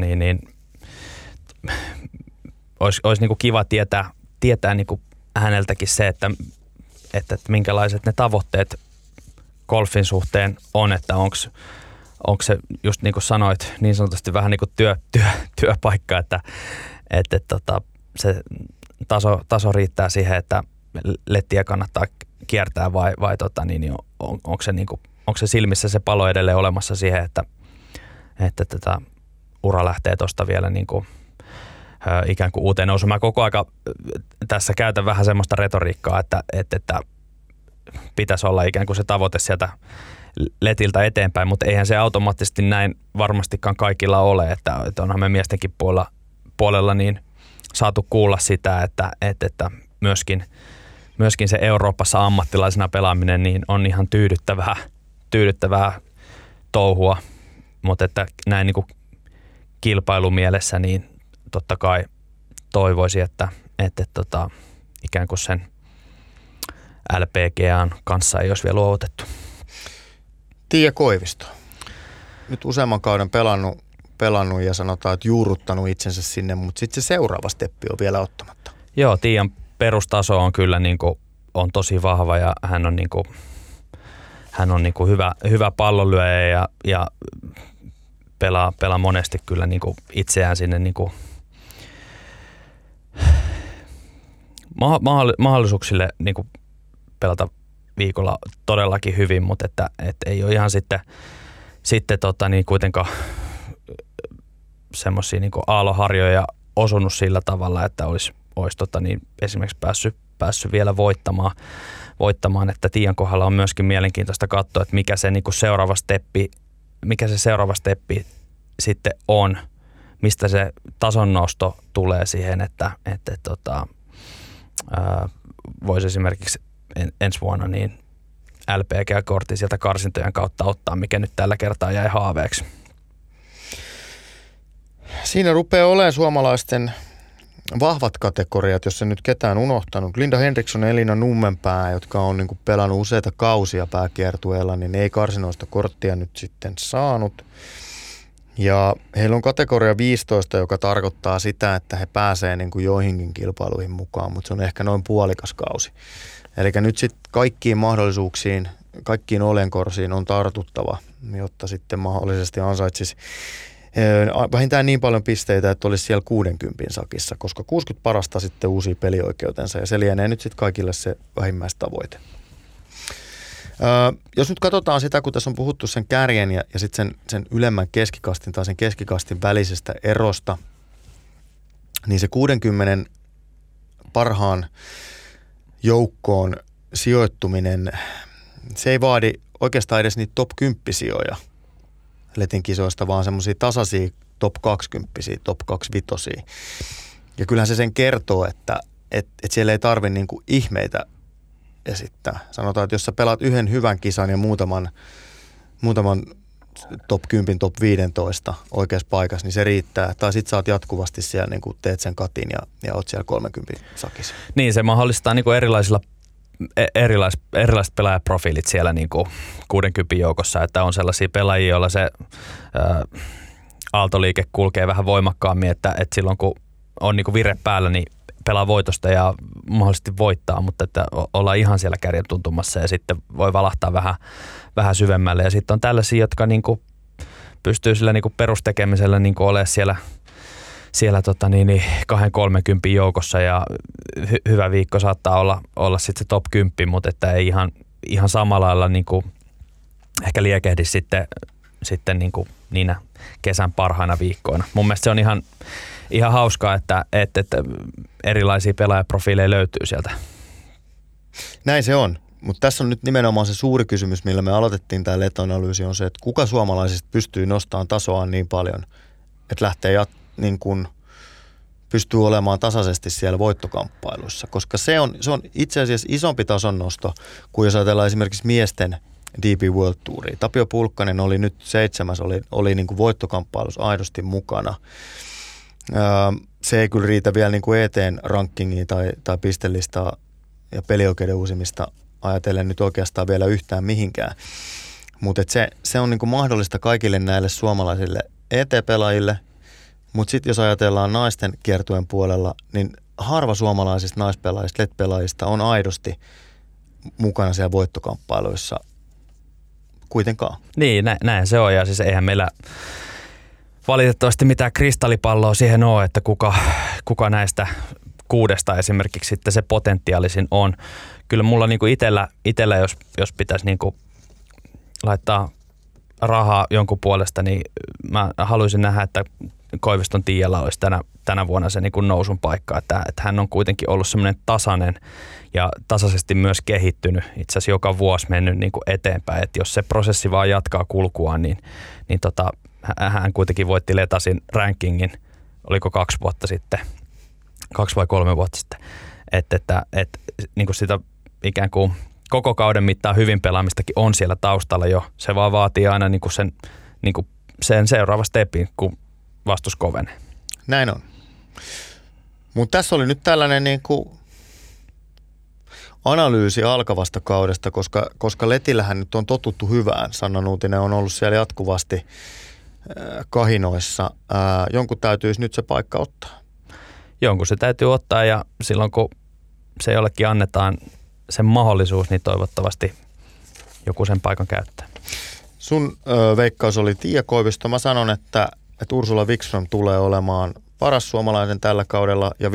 olisi niin kuin kiva tietää niin kuin häneltäkin se, että minkälaiset ne tavoitteet golfin suhteen on, että onko se just niin kuin sanoit, niin sanotusti vähän niin kuin työpaikka, että se taso riittää siihen, että lettiä kannattaa kiertää vai onko se silmissä se palo edelleen olemassa siihen, että ura lähtee tuosta vielä niin kuin ikään kuin uuteen nousuun. Mä koko aika tässä käytän vähän semmoista retoriikkaa, että pitäisi olla ikään kuin se tavoite sieltä letiltä eteenpäin, mutta eihän se automaattisesti näin varmastikaan kaikilla ole, että onhan me miestenkin puolella niin saatu kuulla sitä, että myöskin se Euroopassa ammattilaisena pelaaminen niin on ihan tyydyttävää touhua, mutta että näin niin kuin kilpailumielessä niin totta kai toivoisi, että ikään kuin sen LPGAn kanssa ei olisi vielä luovutettu. Tiia Koivisto, nyt useamman kauden pelannut ja sanotaan, että juurruttanut itsensä sinne, mutta sitten se seuraava steppi on vielä ottamatta. Joo, Tiian perustaso on kyllä niin kuin, on tosi vahva ja hän on niin kuin hyvä pallonlyöjä ja pelaa monesti kyllä niin kuin itseään sinne niin kuin mahdollisuuksille niin kuin pelata viikolla todellakin hyvin, mutta että ei ole ihan sitten niin kuitenkaan semmoisia niin kuin aaloharjoja osunut sillä tavalla, että olisi niin esimerkiksi päässyt vielä voittamaan, että Tiian kohdalla on myöskin mielenkiintoista katsoa, että mikä se niin kuin seuraava steppi sitten on, mistä se tason nosto tulee siihen, että voisi esimerkiksi ensi vuonna niin LPGA-kortti sieltä karsintojen kautta ottaa, mikä nyt tällä kertaa jäi haaveeksi. Siinä rupeaa olemaan suomalaisten vahvat kategoriat, jos se nyt ketään unohtanut. Linda Henriksson ja Elina Nummenpää, jotka on niin kuin pelannut useita kausia pääkiertueella, niin ei karsinoista korttia nyt sitten saanut. Ja heillä on kategoria 15, joka tarkoittaa sitä, että he pääsee niin kuin joihinkin kilpailuihin mukaan, mutta se on ehkä noin puolikas kausi. Eli nyt sitten kaikkiin mahdollisuuksiin, kaikkiin olenkorsiin on tartuttava, jotta sitten mahdollisesti ansaitsisi vähintään niin paljon pisteitä, että olisi siellä 60 sakissa, koska 60 parasta sitten uusia pelioikeutensa ja se lienee nyt sitten kaikille se vähimmäistavoite. Jos nyt katsotaan sitä, kun tässä on puhuttu sen kärjen ja sitten sen ylemmän keskikastin tai sen keskikastin välisestä erosta, niin se 60 parhaan joukkoon sijoittuminen, se ei vaadi oikeastaan edes niitä top 10 sijoja letin kisoista, vaan semmoisia tasaisia top 20, top 25. Ja kyllähän se sen kertoo, että siellä ei tarvitse niinku ihmeitä esittää. Sanotaan, että jos sä pelaat yhden hyvän kisan ja muutaman top 10, top 15 oikeassa paikassa, niin se riittää. Tai sit sä oot jatkuvasti siellä, niin kuin teet sen katin ja oot siellä 30 sakissa. Niin, se mahdollistaa niin kuin erilaiset pelaajaprofiilit siellä niin kuin 60 joukossa, että on sellaisia pelaajia, joilla se aaltoliike kulkee vähän voimakkaammin, että silloin kun on niin kuin vire päällä, niin pelaa voitosta ja mahdollisesti voittaa, mutta että ollaan ihan siellä kärjen tuntumassa ja sitten voi valahtaa vähän syvemmälle. Ja sitten on tällaisia, jotka niin kuin pystyy sillä niin kuin perustekemisellä niin kuin olemaan siellä 2-30 joukossa ja hyvä viikko saattaa olla sitten se top 10, mutta että ei ihan samalla lailla niin kuin ehkä liekehdi sitten niin kuin niinä kesän parhaina viikkoina. Mun mielestä se on ihan hauskaa, että erilaisia pelaajaprofiileja löytyy sieltä. Näin se on, mutta tässä on nyt nimenomaan se suuri kysymys, millä me aloitettiin tämä Leto-analyysi, on se, että kuka suomalaisista pystyy nostamaan tasoaan niin paljon, että lähtee niin kuin pystyy olemaan tasaisesti siellä voittokamppailuissa, koska se on itse asiassa isompi tasonnosto kuin jos ajatellaan esimerkiksi miesten DP World Touria. Tapio Pulkkanen oli nyt 7, oli niin kuin voittokamppailussa aidosti mukana. Se ei kyllä riitä vielä niin kuin ET:n rankingiin tai pistelistaa ja pelioikeuden uusimista ajatellen nyt oikeastaan vielä yhtään mihinkään. Mutta se on niin kuin mahdollista kaikille näille suomalaisille ET-pelaajille. Mutta sitten jos ajatellaan naisten kiertueen puolella, niin harva suomalaisista naispelaajista, LED-pelaajista on aidosti mukana siellä voittokamppailuissa kuitenkaan. Niin, näin se on ja siis eihän meillä valitettavasti mitään kristallipalloa siihen ole, että kuka näistä 6 esimerkiksi sitten se potentiaalisin on. Kyllä mulla niinku itellä jos pitäisi niinku laittaa rahaa jonkun puolesta, niin mä haluaisin nähdä, että Koiviston Tiialla olisi tänä vuonna se niin kuin nousun paikka, että hän on kuitenkin ollut semmoinen tasainen ja tasaisesti myös kehittynyt, itse asiassa joka vuosi mennyt niin kuin eteenpäin, että jos se prosessi vaan jatkaa kulkuaan, niin hän kuitenkin voitti Letasin rankingin, oliko 2 vai 3 vuotta sitten, että niin kuin sitä ikään kuin koko kauden mittaan hyvin pelaamistakin on siellä taustalla jo, se vaan vaatii aina niin kuin sen seuraava stepin, kun vastus kovenee. Näin on. Mutta tässä oli nyt tällainen niin kuin analyysi alkavasta kaudesta, koska Letillähän nyt on totuttu hyvään. Sanna Nuutinen on ollut siellä jatkuvasti kahinoissa. Jonkun täytyisi nyt se paikka ottaa. Jonkun se täytyy ottaa ja silloin kun se jollekin annetaan sen mahdollisuus, niin toivottavasti joku sen paikan käyttää. Sun veikkaus oli Tiia Koivisto. Mä sanon, että Ursula Wikström tulee olemaan paras suomalainen tällä kaudella ja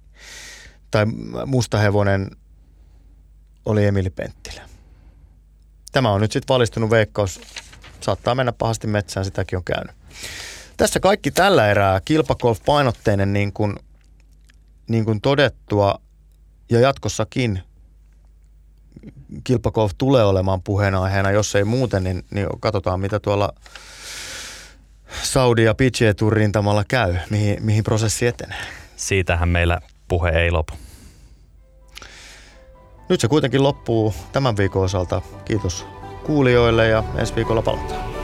musta hevonen oli Emili Penttilä. Tämä on nyt sitten valistunut veikkaus. Saattaa mennä pahasti metsään, sitäkin on käynyt. Tässä kaikki tällä erää kilpagolf-painotteinen niin kuin todettua ja jatkossakin kilpagolf tulee olemaan puheenaiheena, jos ei muuten, niin katsotaan mitä tuolla Saudi- ja PGA Tourin rintamalla käy, mihin prosessi etenee. Siitähän meillä puhe ei lopu. Nyt se kuitenkin loppuu tämän viikon osalta. Kiitos kuulijoille ja ensi viikolla palataan.